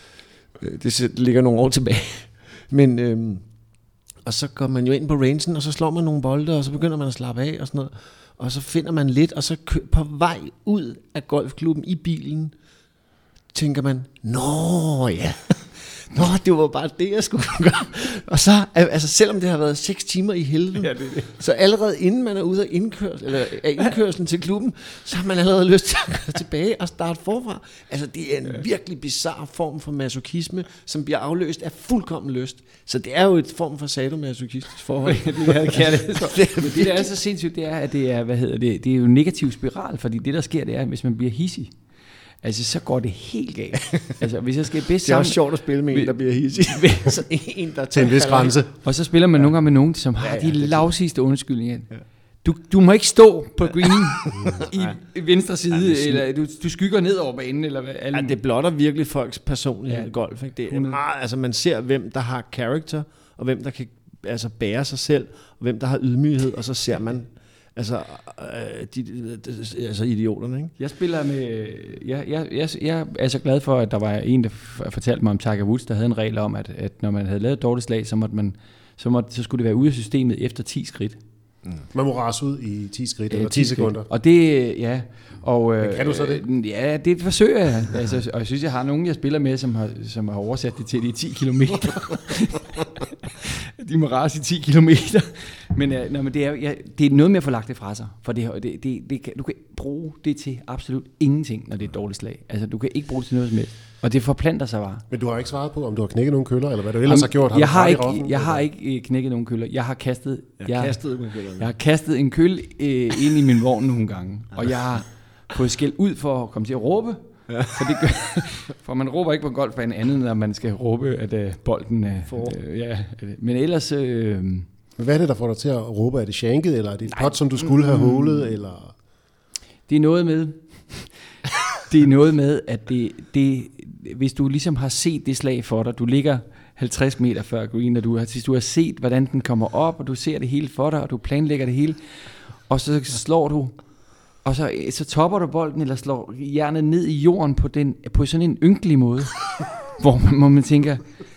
øh, det ligger nogle år tilbage. Men, øh, og så går man jo ind på rangen, og så slår man nogle bolde, og så begynder man at slappe af og sådan noget. Og så finder man lidt, og så kø- på vej ud af golfklubben i bilen, tænker man, nå ja, nå, det var bare det, jeg skulle gøre. Og så, altså selvom det har været seks timer i helvede, ja, det det. Så allerede inden man er ude af indkørsel, eller af indkørslen til klubben, så har man allerede lyst til at gå tilbage og starte forfra. Altså det er en ja. virkelig bizarre form for masochisme, som bliver afløst af fuldkommen lyst. Så det er jo et form for sadomasochistisk forhold.
det, er, det, er, det, er, det der er så sindssygt, det er, at det er, hvad hedder det, det er jo en negativ spiral, fordi det der sker, det er, hvis man bliver hissig, altså, så går det helt galt. Altså, hvis jeg skal bedst
det er også sjovt at spille med en, der bliver hissig.
Så en, der til en vis grænse.
Og så spiller man ja. nogle gange med nogen, som har ja, ja, de lavsigste undskyldninger. Ja. Du, du må ikke stå på greenen i, i venstre side, ja, eller du, du skygger ned over banen. Eller hvad,
ja, det blotter virkelig folks personlighed i golf. Ikke? Det er meget, altså, man ser, hvem der har character, og hvem der kan altså, bære sig selv, og hvem der har ydmyghed, og så ser man... Altså, øh, de, de, de, altså idioterne, ikke?
Jeg spiller med... Jeg, jeg, jeg, jeg er så glad for, at der var en, der fortalte mig om Tiger Woods, der havde en regel om, at, at når man havde lavet et dårligt slag, så, måtte man, så, måtte, så skulle det være ude af systemet efter ti skridt.
Mm. Man må rase ud i ti skridt, eller ti sekunder.
Og det, ja... Og,
Men kan du så det?
Øh, ja, det forsøger jeg. Altså, og jeg synes, jeg har nogen, jeg spiller med, som har, som har oversat det til de ti kilometer. De må rase i ti kilometer. Men, øh, nej, men det, er, ja, det er noget med at få lagt det fra sig. For det, det, det, det kan, du kan bruge det til absolut ingenting, når det er et dårligt slag. Altså, du kan ikke bruge det til noget som helst. Og det forplanter sig bare.
Men du har ikke svaret på, om du har knækket nogle køller, eller hvad du ellers
Jamen,
har gjort? Har
jeg, har ikke,
roffen,
jeg har ikke knækket nogen køller. Jeg har kastet,
jeg
jeg,
kastet,
jeg har kastet en køl øh, ind i min vogn nogle gange. Og jeg har fået skæld ud for at komme til at råbe. Ja. For, det gør, for man råber ikke på en golfbane andet, når man skal råbe, at uh, bolden... Uh, uh, ja, men ellers... Uh,
Hvad er det, der får dig til at råbe? Er det shanket, eller er det et pot, som du skulle have hålet? Eller?
Det er noget med... det er noget med, at det, det, hvis du ligesom har set det slag for dig, du ligger halvtreds meter før green, og du har, hvis du har set, hvordan den kommer op, og du ser det hele for dig, og du planlægger det hele, og så slår du... Og så, så topper du bolden, eller slår hjernet ned i jorden på, den, på sådan en ynkelig måde, hvor man, hvor man tænker,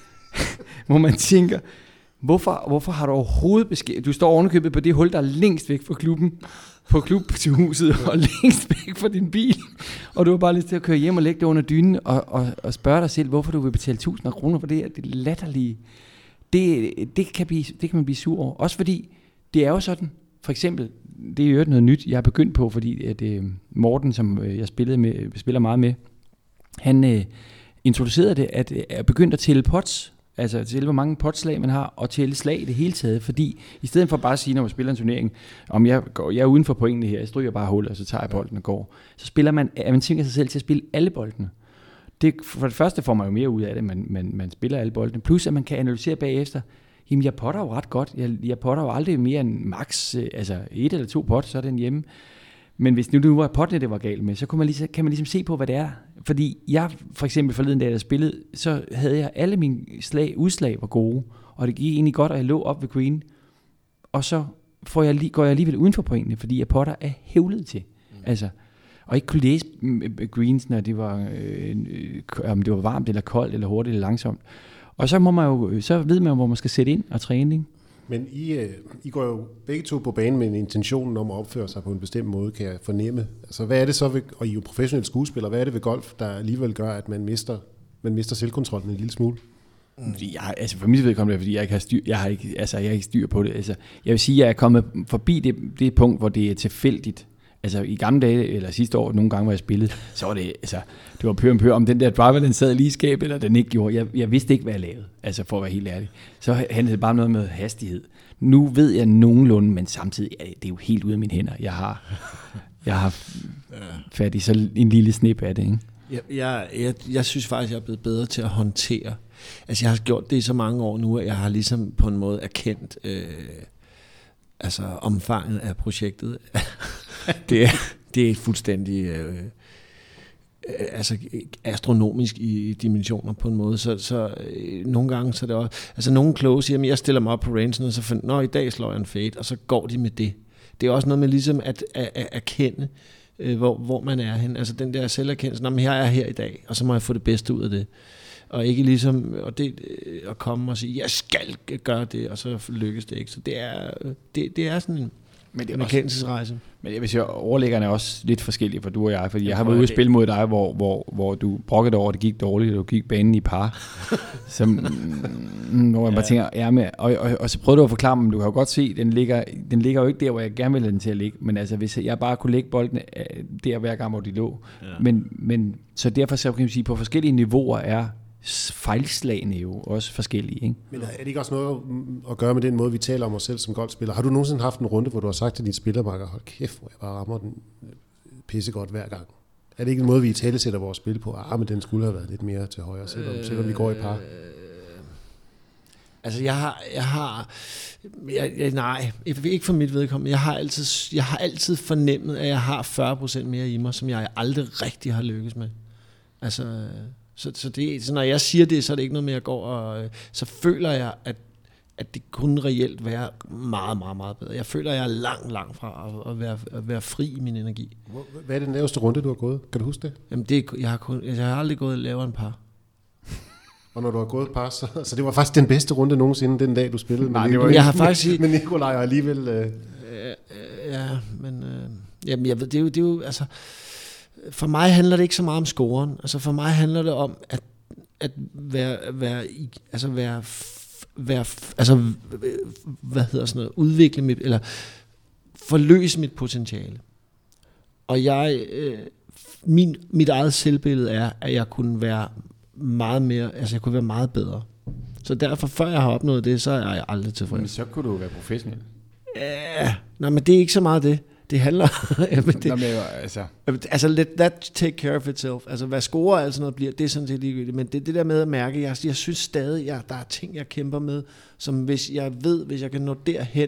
hvor man tænker, hvorfor, hvorfor har du overhovedet beskæftiget? Du står ovenikøbet på det hul, der er længst væk fra klubben, på klubhuset, og længst væk fra din bil, og du har bare lyst til at køre hjem og lægge det under dynen, og, og, og spørge dig selv, hvorfor du vil betale tusinder kroner for det, det latterlige. Det, det, kan blive, det kan man blive sur over. Også fordi, det er jo sådan, for eksempel, det er jo noget nyt, jeg er begyndt på, fordi at, øh, Morten, som øh, jeg spillede med, spiller meget med, han øh, introducerede det, at jeg øh, begyndte at tælle pots, altså tælle, hvor mange potslag man har, og tælle slag i det hele taget, fordi i stedet for bare at sige, når man spiller en turnering, om jeg, går, jeg er uden for pointene her, jeg stryger bare hul, og så tager jeg bolden og går, så spiller man, at man tvinger sig selv til at spille alle boldene. Det, for det første får man jo mere ud af det, man, man, man spiller alle boldene, plus at man kan analysere bagefter, jamen, jeg potter jo ret godt. Jeg, jeg potter jo aldrig mere end max, altså et eller to pot, så er den hjemme. Men hvis nu det var pottene, det var galt med, så kan man, ligesom, kan man ligesom se på, hvad det er. Fordi jeg, for eksempel forleden dag, da jeg spillede, så havde jeg alle mine slag, udslag var gode, og det gik egentlig godt, og jeg lå op ved green. Og så får jeg, går jeg alligevel uden for pointene, fordi jeg potter er hævlet til. Mm. Altså, og ikke kunne læse greens, når det var, øh, om det var varmt, eller koldt, eller hurtigt, eller langsomt. Og så, må man jo, så ved man jo, hvor man skal sætte ind og træne. Ikke?
Men I, øh, I går jo begge to på banen med en intention om at opføre sig på en bestemt måde, kan jeg fornemme. Altså, hvad er det så ved, og I er jo professionelle skuespillere, hvad er det ved golf, der alligevel gør, at man mister, man mister selvkontrollen en lille smule?
Jeg, altså for mit vedkommende, fordi jeg ikke har styr, jeg har ikke, altså jeg har ikke styr på det. Altså, jeg vil sige, at jeg er kommet forbi det, det punkt, hvor det er tilfældigt, Altså i gamle dage, eller sidste år, nogle gange, hvor jeg spillede, så var det, altså, det var pør om pør, om den der driver, den sad lige i skabet, eller den ikke gjorde. Jeg, jeg vidste ikke, hvad jeg lavede, altså for at være helt ærlig. Så handlede det bare noget med hastighed. Nu ved jeg nogenlunde, men samtidig, ja, det er jo helt ude af mine hænder. Jeg har, jeg har fat i så en lille snip af det, ikke?
Jeg, jeg, jeg, jeg synes faktisk, jeg er blevet bedre til at håndtere. Altså jeg har gjort det i så mange år nu, at jeg har ligesom på en måde erkendt øh, altså omfanget af projektet. det, er, det er fuldstændig øh, altså astronomisk i dimensioner på en måde. Så, så øh, nogle gange så er det også, altså nogle kloge siger, at jeg stiller mig op på rangen, og så finder, nå i dag slår jeg en fade, og så går de med det. Det er også noget med ligesom at, at, at erkende, øh, hvor, hvor man er hen. Altså den der selverkendelse, men her er jeg her i dag, og så må jeg få det bedste ud af det. Og ikke ligesom og det, at komme og sige, jeg skal gøre det, og så lykkes det ikke. Så det er, det, det er sådan en,
men det er
en erkendelsesrejse.
Men jeg vil sige, overlæggerne er også lidt forskellige for du og jeg, fordi jeg, jeg har været
ude
ude at spille mod dig, hvor, hvor, hvor du brokkede over, det gik dårligt, og du gik banen i par. Så, hvor jeg bare tænker, ja, med, og, og, og så prøvede du at forklare mig, men du kan jo godt se, den ligger, den ligger jo ikke der, hvor jeg gerne vil have den til at ligge, men altså, hvis jeg bare kunne lægge bolden der hver gang, hvor de lå. Ja. Men, men, så derfor så kan man sige, på forskellige niveauer er fejlslagene jo også forskellige, ikke?
Men er det ikke også noget at gøre med den måde, vi taler om os selv som golfspiller? Har du nogensinde haft en runde, hvor du har sagt til din spillermarker, hold kæft, hvor jeg bare rammer den pissegodt hver gang? Er det ikke en måde, vi i tale sætter vores spil på? Ah, men den skulle have været lidt mere til højre, selvom, øh, selvom vi går i par. Øh,
altså, jeg har... Jeg har jeg, jeg, nej, ikke for mit vedkommende. Jeg har, altid, jeg har altid fornemmet, at jeg har fyrre procent mere i mig, som jeg aldrig rigtig har lykkes med. Altså... Så, så, det, så når jeg siger det, så er det ikke noget med, at jeg går og... Så føler jeg, at, at det kunne reelt være meget, meget, meget bedre. Jeg føler, at jeg er langt, langt fra at, at, være, at være fri i min energi.
Hvad er den laveste runde, du har gået? Kan du huske det?
Jamen, det, jeg, har kun, jeg har aldrig gået lavere end par.
Og når du har gået et par, så, så det var faktisk den bedste runde nogensinde, den dag, du spillede.
Nej, det var jeg har faktisk...
Men Nikolaj og alligevel... Øh...
Ja, men... Øh, jamen, jeg ved, det er jo... Det er jo altså, for mig handler det ikke så meget om scoren. Altså for mig handler det om at at være være altså være være altså hvad hedder sådan noget, udvikle mit eller forløse mit potentiale. Og jeg øh, min mit eget selvbillede er at jeg kunne være meget mere, altså jeg kunne være meget bedre. Så derfor før jeg har opnået det, så er jeg aldrig tilfreds.
Men så kunne du være professionel.
Ja, nej, men det er ikke så meget det. Det handler det,
Nå, men, altså.
altså let that take care of itself. Altså hvad score og alt sådan noget bliver, det er sådan set ligegyldigt. Men det det der med at mærke, jeg, jeg synes stadig, jeg, der er ting, jeg kæmper med, som hvis jeg ved, hvis jeg kan nå derhen,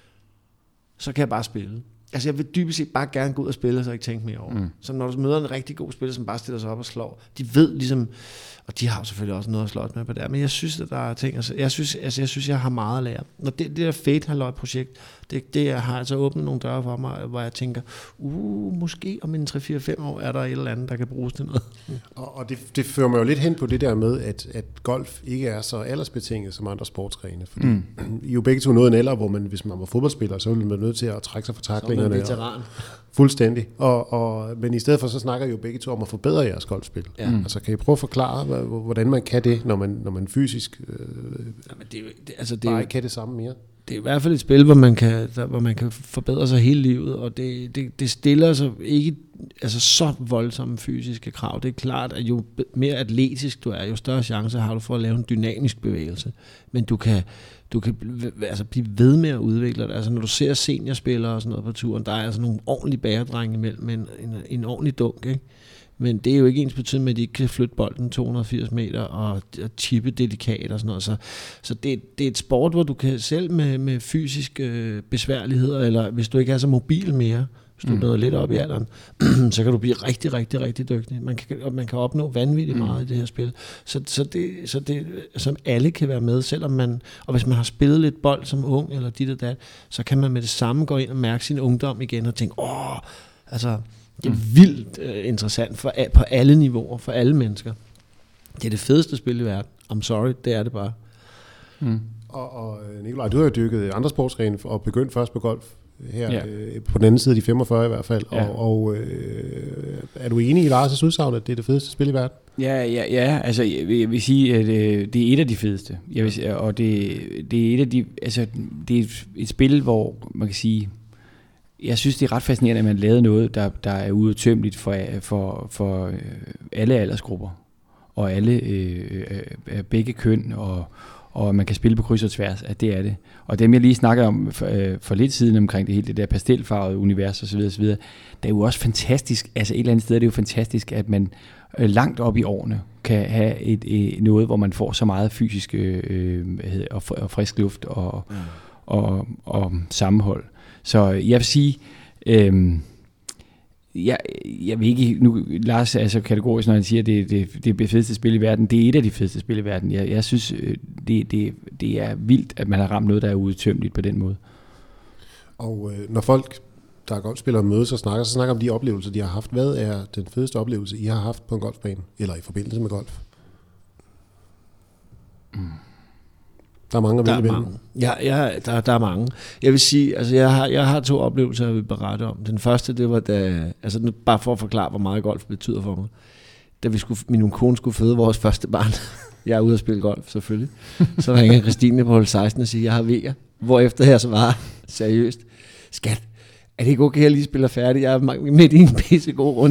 så kan jeg bare spille. Altså jeg vil dybest set bare gerne gå ud og spille, så jeg ikke tænke mere over. Mm. Så når du møder en rigtig god spiller, som bare stiller sig op og slår, de ved ligesom, og de har jo selvfølgelig også noget at slås med på det, men jeg synes, at der er ting, altså jeg synes, altså jeg synes, jeg har meget at lære. Når det, det der Fade-halløj-projekt, det, det har altså åbnet nogle døre for mig, hvor jeg tænker, uh, måske om en tre fire fem år er der et eller andet, der kan bruges til noget. Mm.
Og, og det, det fører mig jo lidt hen på det der med, at, at golf ikke er så aldersbetinget som andre sportsgrene, fordi mm. I jo begge to nået en alder, hvor man, hvis man var fodboldspiller, så ville man nødt til at trække sig fra taklingerne.
Så er man veteran.
Fuldstændig. Og, og, men i stedet for, så snakker I jo begge to om at forbedre jeres golfspil. Ja. Mm. Altså kan I prøve at forklare, hvordan man kan det, når man, når man fysisk øh,
Jamen, det, det, altså, det,
bare ikke kan det samme mere?
Det er i hvert fald et spil, hvor man kan, der, hvor man kan forbedre sig hele livet, og det, det, det stiller sig ikke altså, så voldsomme fysiske krav. Det er klart, at jo mere atletisk du er, jo større chance har du for at lave en dynamisk bevægelse. Men du kan, du kan altså, blive ved med at udvikle det. Altså, når du ser seniorspillere og sådan noget på turen, der er altså nogle ordentlige bæredrenge imellem, med en, en, en ordentlig dunk, ikke? Men det er jo ikke ens betydning med, at de ikke kan flytte bolden to hundrede og firs meter og, og chippe delikat og sådan noget. Så, så det, det er et sport, hvor du kan selv med, med fysiske øh, besværligheder, eller hvis du ikke er så mobil mere, hvis du mm. er noget lidt op i alderen, så kan du blive rigtig, rigtig, rigtig dygtig. Man kan, man kan opnå vanvittigt meget mm. i det her spil. Så, så, det, så det, som alle kan være med, selvom man, og hvis man har spillet lidt bold som ung, eller dit og dat, så kan man med det samme gå ind og mærke sin ungdom igen, og tænke, åh, altså... Det er vildt uh, interessant for, på alle niveauer, for alle mennesker. Det er det fedeste spil i verden. I'm sorry, det er det bare.
Mm. Og, og Nikolaj, du har jo dykket andre sportsgrene og begyndt først på golf her, ja. øh, på den anden side af de femogfyrre i hvert fald. Ja. Og, og øh, er du enig i Lars' udsagn, at det er det fedeste spil i verden?
Ja, ja, ja. Altså jeg vil, jeg vil sige, at øh, det er et af de fedeste. Jeg vil sige, og det, det er et af de, altså det er et, et spil, hvor man kan sige, jeg synes, det er ret fascinerende, at man lavede noget, der, der er udtømmeligt for, for, for øh, alle aldersgrupper, og alle øh, øh, begge køn, og, og man kan spille på kryds og tværs, at det er det. Og dem, jeg lige snakkede om for, øh, for lidt siden omkring det hele, det der pastelfarvede univers osv., osv., det er jo også fantastisk, altså et eller andet sted er det jo fantastisk, at man øh, langt op i årene kan have et, et, noget, hvor man får så meget fysisk øh, hvad hedder, og, og frisk luft og, mm. og, og, og sammenhold. Så jeg vil sige, øh, jeg, jeg vil ikke, nu Lars er så kategorisk, når han siger, at det, det, det er det fedeste spil i verden. Det er et af de fedeste spil i verden. Jeg, jeg synes, det, det, det er vildt, at man har ramt noget, der er udtømmeligt på den måde.
Og øh, når folk, der er golfspillere, mødes og snakker, så snakker om de oplevelser, de har haft. Hvad er den fedeste oplevelse, I har haft på en golfbane, eller i forbindelse med golf? Mm. Der er mange at vælge imellem.
Ja, ja der, der er mange. Jeg vil sige, altså jeg har, jeg har to oplevelser, jeg vil berette om. Den første, det var da, altså bare for at forklare, hvor meget golf betyder for mig. Da vi skulle, min kone skulle føde vores første barn. Jeg er ude at spille golf, selvfølgelig. Så ringer Christine på hold seksten og siger, jeg har vejer. Hvorefter jeg svarer seriøst, skat, er det ikke okay, at jeg lige spiller færdig? Jeg er midt i en pissegod runde.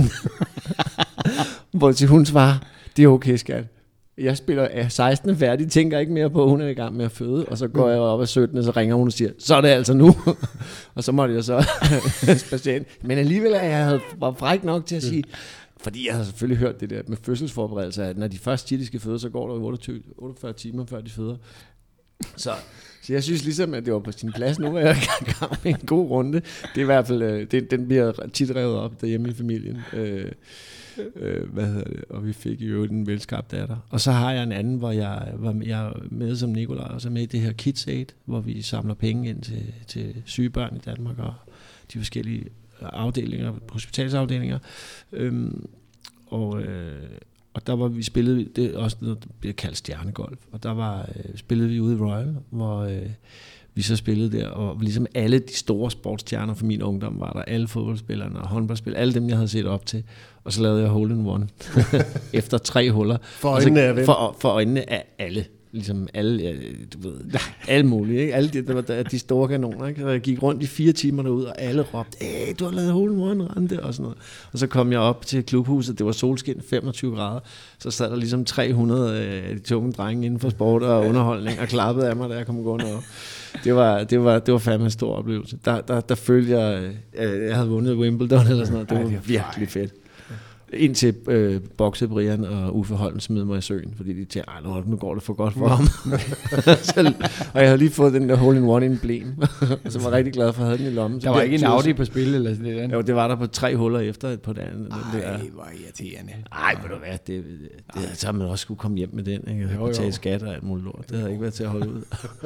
Hvor til hun svarer, det er okay, skat. Jeg spiller er seksten færdig, tænker ikke mere på, at hun er i gang med at føde, og så går jeg op af sytten, og så ringer hun og siger, så er det altså nu. Og så måtte jeg så spacere. Men alligevel er jeg var fræk nok til at sige, fordi jeg har selvfølgelig hørt det der med fødselsforberedelse, at når de først siger, de skal føde, så går der otteogtyve, otteogfyrre timer, før de føder. Så, så jeg synes ligesom, at det var på sin plads nu, at jeg er i gang med en god runde. Det er i hvert fald, det, den bliver tit revet op derhjemme i familien. Øh, øh, hvad hedder det? Og vi fik jo en velskabt datter. Og så har jeg en anden, hvor jeg var jeg er med som Nikolaj, og så med i det her Kids Aid, hvor vi samler penge ind til, til syge børn i Danmark, og de forskellige afdelinger, hospitalsafdelinger. Øhm, og... Øh, Og der var vi spillet, det er også noget, der bliver kaldt stjernegolf, og der var øh, spillede vi ude i Royal, hvor øh, vi så spillede der, og ligesom alle de store sportsstjerner fra min ungdom var der, alle fodboldspillerne og håndboldspillere, alle dem jeg havde set op til, og så lavede jeg hole in one efter tre huller.
For øjnene af hvem?
For, for øjnene af alle. Ligesom alle, ja, du ved, alle mulige, ikke? Alle de, der var der, de store kanoner, ikke? Så jeg gik rundt i fire timer derude, og alle råbte, æh, du har lavet hole in one, rente, og sådan noget. Og så kom jeg op til klubhuset, det var solskin, femogtyve grader, så sad der ligesom tre hundrede af de tunge drenge inden for sport og underholdning, og klappede af mig, da jeg kom gående op. Det var, det var, det var fandme en stor oplevelse. Der, der, der følte jeg, at jeg havde vundet Wimbledon eller sådan noget. Det var virkelig fedt. Indtil øh, boksede Brian og Uffe Holm smed mig i søen, fordi de tænkte, ej, nu, nu går det for godt for ham. så, og jeg havde lige fået den der hole in one i en blæm, så var rigtig glad for at have den i lommen.
Der var ikke en Audi på spil eller sådan noget?
Jo, det var der på tre huller efter et på det andet.
Ej, hvor irriterende.
Ej, ved du hvad, det, det, det, så man også skulle komme hjem med den, ikke? Og betale skat og alt muligt lort. Det havde ikke været til at holde ud.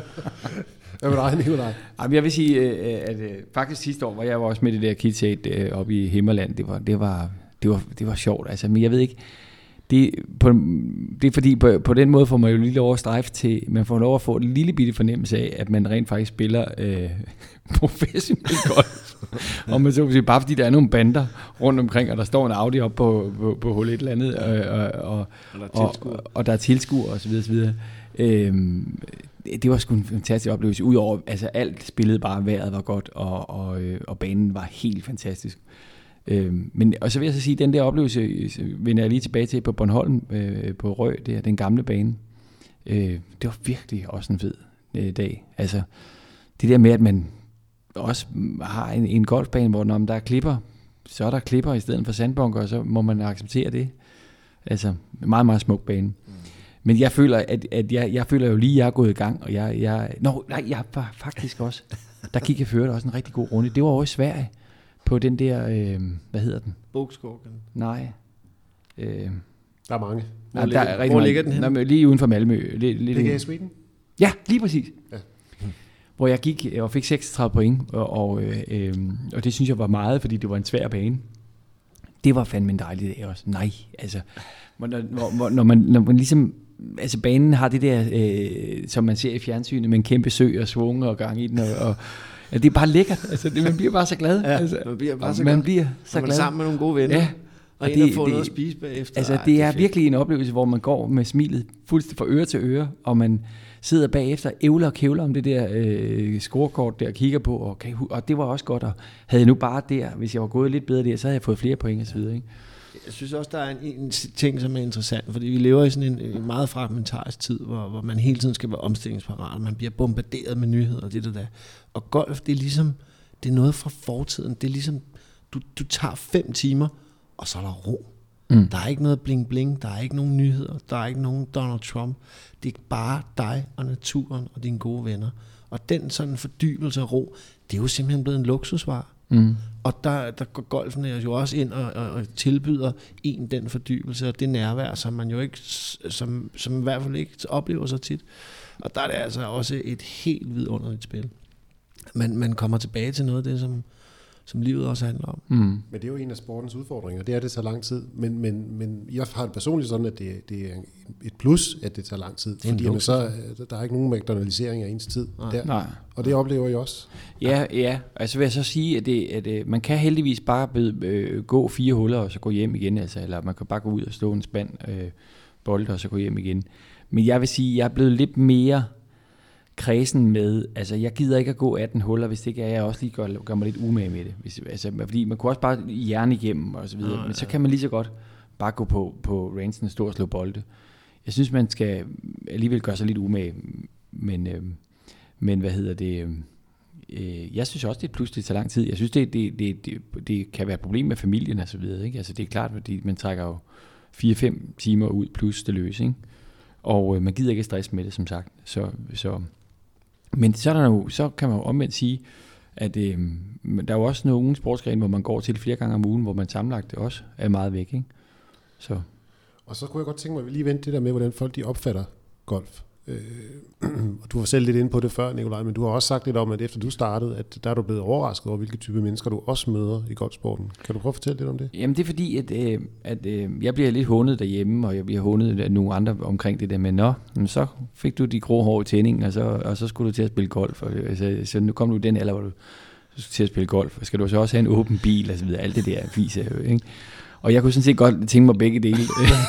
Hvad var dig, Nikolaj?
Jeg vil sige, at faktisk sidste år, hvor jeg var også med det der Kids Aid oppe i Himmerland, det var... Det var Det var, det var sjovt, altså, men jeg ved ikke, det, på, det er fordi, på, på den måde får man jo lige lov at strejfe til, man får lov at få en lille bitte fornemmelse af, at man rent faktisk spiller øh, professionelt golf. Og man så vil sige, bare fordi der er nogle bander rundt omkring, og der står en Audi op på, på, på hul et eller andet, og, og, og, og, og der er tilskuere og så videre, så videre. Øhm, det var sgu en fantastisk oplevelse, udover, altså alt spillede bare, vejret var godt, og, og, og banen var helt fantastisk. Øh, men, og så vil jeg så sige, den der oplevelse vender jeg lige tilbage til på Bornholm, øh, på Rø, det er den gamle bane. Øh, det var virkelig også en fed øh, dag. Altså, det der med, at man også har en, en golfbane, hvor når der er klipper, så er der klipper i stedet for sandbunker, og så må man acceptere det. Altså, meget, meget smuk bane. Mm. Men jeg føler, at, at jeg, jeg føler jo lige, at jeg er gået i gang, og jeg, jeg, nå, nej, jeg var faktisk også, der gik jeg ført også en rigtig god runde. Det var også i Sverige. På den der, øh, hvad hedder den?
Bogskogen.
Nej. Øh,
der er mange.
Hvor, nej, ligger, der er hvor ligger den hen?
Nå, lige uden for Malmø. Lige, lige
ligger i Sweden?
Ja, lige præcis.
Ja.
Hmm. Hvor jeg gik og fik seksogtredive point, og, og, øh, og det synes jeg var meget, fordi det var en svær bane. Det var fandme en dejlig dag også. Nej, altså, når, når, når, man, når man ligesom, altså banen har det der, øh, som man ser i fjernsynet, med en kæmpe sø og svunge og gang i den, og, og ja, det er bare lækkert. Altså, det, man bliver bare så glad.
Ja,
altså,
man bliver bare så
man
glad.
Bliver så
man
glad.
Sammen med nogle gode venner.
Ja.
Og, og en at få noget at spise bagefter.
Altså,
Ej,
det er,
det er
virkelig en oplevelse, hvor man går med smilet fuldstændig fra øre til øre, og man sidder bagefter, ævler og kævler om det der øh, scorekort der, og kigger på, og, kan, og det var også godt, og havde jeg nu bare der, hvis jeg var gået lidt bedre der, så havde jeg fået flere point og så videre, ikke?
Jeg synes også, der er en, en ting, som er interessant, fordi vi lever i sådan en, en meget fragmentarisk tid, hvor, hvor man hele tiden skal være omstillingsparat, og man bliver bombarderet med nyheder og det der. Og golf, det er ligesom, det er noget fra fortiden. Det er ligesom, du, du tager fem timer, og så er der ro. Mm. Der er ikke noget bling bling, der er ikke nogen nyheder, der er ikke nogen Donald Trump. Det er bare dig og naturen og dine gode venner. Og den sådan fordybelse og ro, det er jo simpelthen blevet en luksusvare. Mm. Og der, der går golfen jo også ind og, og, og tilbyder en den fordybelse og det nærvær, som man jo ikke, som, som i hvert fald ikke oplever så tit. Og der er det altså også et helt vidunderligt spil. Man, man kommer tilbage til noget af det, som, som livet også handler om. Mm.
Men det er jo en af sportens udfordringer. Det er, det tager lang tid. Men, men, men jeg har det personligt sådan, at det, det er et plus, at det tager lang tid. Fordi jamen, så, der er ikke nogen McDonaldisering af ens tid.
Nej.
Der.
Nej.
Og det oplever jeg også.
Ja, ja. Altså vil jeg så sige, at, det, at det, man kan heldigvis bare be, øh, gå fire huller, og så gå hjem igen. Altså, eller man kan bare gå ud og slå en spand øh, bold, og så gå hjem igen. Men jeg vil sige, at jeg er blevet lidt mere kredsen med, altså jeg gider ikke at gå atten huller, hvis det ikke er, jeg også lige gør, gør mig lidt umage med det. Hvis, altså, fordi man kunne også bare hjerne igennem og så videre, ja, men så kan man lige så godt bare gå på, på rangen og stå og slå bolde. Jeg synes, man skal alligevel gøre sig lidt umage, men, øh, men hvad hedder det, øh, jeg synes også, det er pludselig så lang tid. Jeg synes, det, det, det, det, det kan være et problem med familien og så videre, ikke? Altså det er klart, fordi man trækker jo fire fem timer ud plus det løs, ikke? Og øh, man gider ikke stress med det, som sagt. Så, så men så, er der jo, så kan man jo omvendt sige, at øh, der er jo også nogle sportsgrene, hvor man går til flere gange om ugen, hvor man sammenlagt også er meget væk, ikke? Så.
Og så kunne jeg godt tænke mig at lige vente det der med, hvordan folk de opfatter golf. Øh, du var selv lidt inde på det før, Nikolaj, men du har også sagt lidt om, at efter du startede, at der er du blevet overrasket over, hvilke type mennesker du også møder i golfsporten. Kan du prøve at fortælle lidt om det?
Jamen det er fordi, at, øh, at øh, jeg bliver lidt hånet derhjemme, og jeg bliver hånet af nogle andre omkring det der med, nå, så fik du de grå hår i tændingen, og så, og så skulle du til at spille golf. Og, altså, så nu kom du i den alder, hvor du skulle til at spille golf. Skal du så også have en åben bil, og så videre, alt det der viser jo, ikke? Og jeg kunne sådan set godt tænke mig begge dele.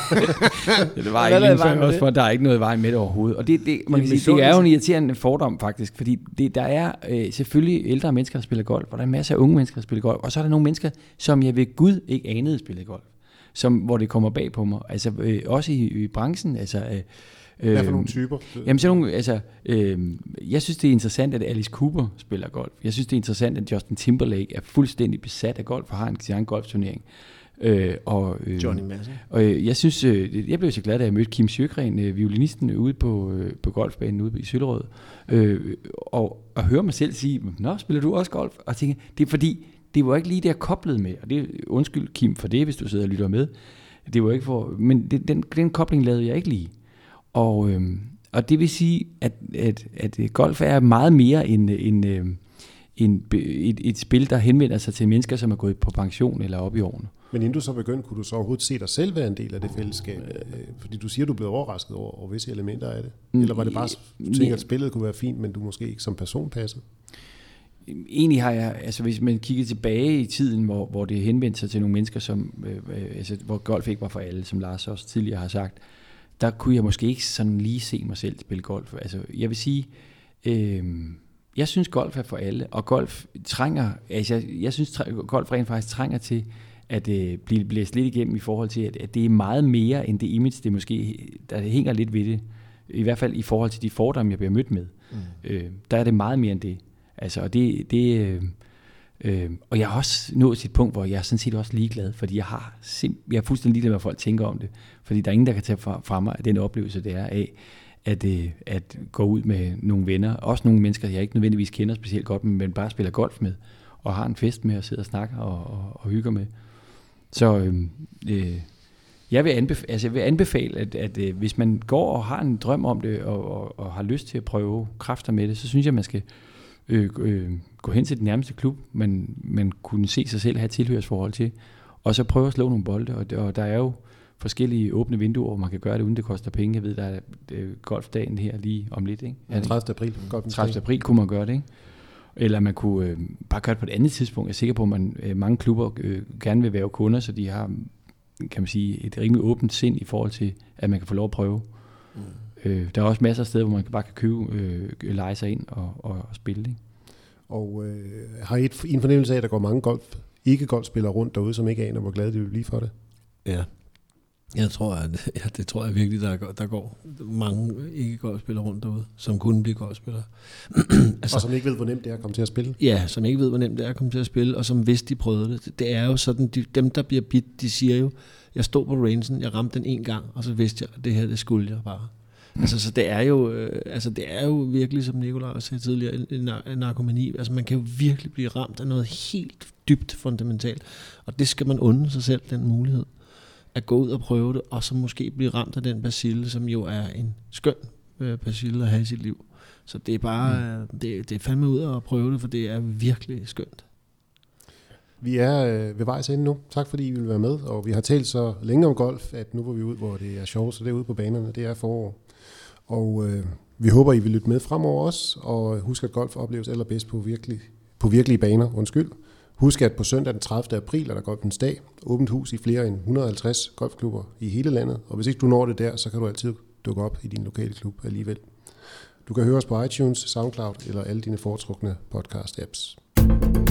Det var ikke for også, for der er ikke noget vej med det overhovedet. Og det, det, man kan sige, det er jo en irriterende fordom faktisk, fordi det, der er øh, selvfølgelig ældre mennesker, der spiller golf, og der er masser af unge mennesker, der spiller golf, og så er der nogle mennesker, som jeg ved Gud ikke anede spille golf, som, hvor det kommer bag på mig. Altså øh, også i, i branchen. Altså, øh,
hvad for nogle typer?
Jamen så nogle, altså, øh, jeg synes det er interessant, at Alice Cooper spiller golf. Jeg synes det er interessant, at Justin Timberlake er fuldstændig besat af golf og har en egen golfturnering. Øh, og, øh,
Johnny Madsen.
Og øh, jeg synes, øh, jeg blev så glad, da jeg mødte Kim Sjøgren, øh, violinisten, øh, ude på, øh, på golfbanen ude i Søllerød, øh, og at høre mig selv sige, nå, spiller du også golf? Og tænke, det er fordi, det var ikke lige det, jeg koblede med, og det undskyld Kim for det, hvis du sidder og lytter med, det var ikke for, men det, den, den kobling lavede jeg ikke lige. Og, øh, og det vil sige, at, at, at golf er meget mere end, end, øh, end et, et spil, der henvender sig til mennesker, som er gået på pension eller op i årene.
Men inden du så begyndte, kunne du så overhovedet se dig selv være en del af det fællesskab? Fordi du siger, du blev overrasket over, over visse elementer af det. Eller var det bare, du tænker, at spillet kunne være fint, men du måske ikke som person passede?
Egentlig har jeg, altså hvis man kigger tilbage i tiden, hvor, hvor det henvendte sig til nogle mennesker, som, øh, altså, hvor golf ikke var for alle, som Lars også tidligere har sagt, der kunne jeg måske ikke sådan lige se mig selv spille golf. Altså jeg vil sige, øh, jeg synes golf er for alle, og golf trænger, altså jeg, jeg synes golf rent faktisk trænger til, at øh, blive blæst lidt igennem i forhold til, at, at det er meget mere end det image, det måske, der hænger lidt ved det. I hvert fald i forhold til de fordomme, jeg bliver mødt med. Mm. Øh, der er det meget mere end det. Altså, og det, det øh, øh, og jeg har også nået til et punkt, hvor jeg er sådan set også ligeglad, fordi jeg har sim- jeg er fuldstændig ligeglad, hvad folk tænker om det. Fordi der er ingen, der kan tage fra, fra mig den oplevelse, det er af, at, øh, at gå ud med nogle venner, også nogle mennesker, jeg ikke nødvendigvis kender specielt godt, men bare spiller golf med, og har en fest med, og sidder og snakker og, og, og hygger med. Så øh, øh, jeg, vil anbefale, altså jeg vil anbefale, at, at øh, hvis man går og har en drøm om det, og, og, og har lyst til at prøve kræfter med det, så synes jeg, man skal øh, øh, gå hen til den nærmeste klub, man, man kunne se sig selv have et tilhørsforhold til, og så prøve at slå nogle bolde. Og, og der er jo forskellige åbne vinduer, hvor man kan gøre det, uden det koster penge. Jeg ved, der er øh, golfdagen her lige om lidt. Ikke?
tredivte april.
tredivte april kunne man gøre det, ikke? Eller man kunne øh, bare gøre det på et andet tidspunkt. Jeg er sikker på, at man, øh, mange klubber øh, gerne vil være kunder, så de har, kan man sige, et rimelig åbent sind i forhold til, at man kan få lov at prøve. Mm. Øh, der er også masser af steder, hvor man bare kan købe, øh, lege sig ind og, og, og spille, ikke?
Og øh, har I et, en fornemmelse af, at der går mange golf, ikke-golfspillere rundt derude, som ikke aner, hvor glade de vil blive for det?
Ja. Jeg tror, at, ja, det tror jeg virkelig, der går, der går mange ikke-golfspillere rundt derude, som kunne blive golfspillere.
altså, og som ikke ved, hvor nemt det er at komme til at spille?
Ja, som ikke ved, hvor nemt det er at komme til at spille, og som hvis de prøvede det. Det er jo sådan, de, dem der bliver bidt, de siger jo, jeg stod på rangen, jeg ramte den en gang, og så vidste jeg, at det her, det skulle jeg bare. Altså, så det er jo, øh, altså, det er jo virkelig, som Nikolaj sagde tidligere, en, en, en narkomani. Altså, man kan jo virkelig blive ramt af noget helt dybt fundamentalt, og det skal man unde sig selv, den mulighed at gå ud og prøve det, og så måske blive ramt af den bacille, som jo er en skøn øh, bacille at have i sit liv. Så det er bare, mm. det, det er fandme ud at prøve det, for det er virkelig skønt.
Vi er øh, ved vejs ende nu. Tak fordi I vil være med, og vi har talt så længe om golf, at nu var vi ud, hvor det er sjovt, så det er ude på banerne, det er forår. Og øh, vi håber, I vil lytte med fremover også, og husk, at golf opleves allerbedst på, virkelig, på virkelige baner. Undskyld. Husk, at på søndag den tredivte april er der Golfens Dag. Åbent hus i flere end et hundrede og halvtreds golfklubber i hele landet. Og hvis ikke du når det der, så kan du altid dukke op i din lokale klub alligevel. Du kan høre os på iTunes, SoundCloud eller alle dine foretrukne podcast-apps.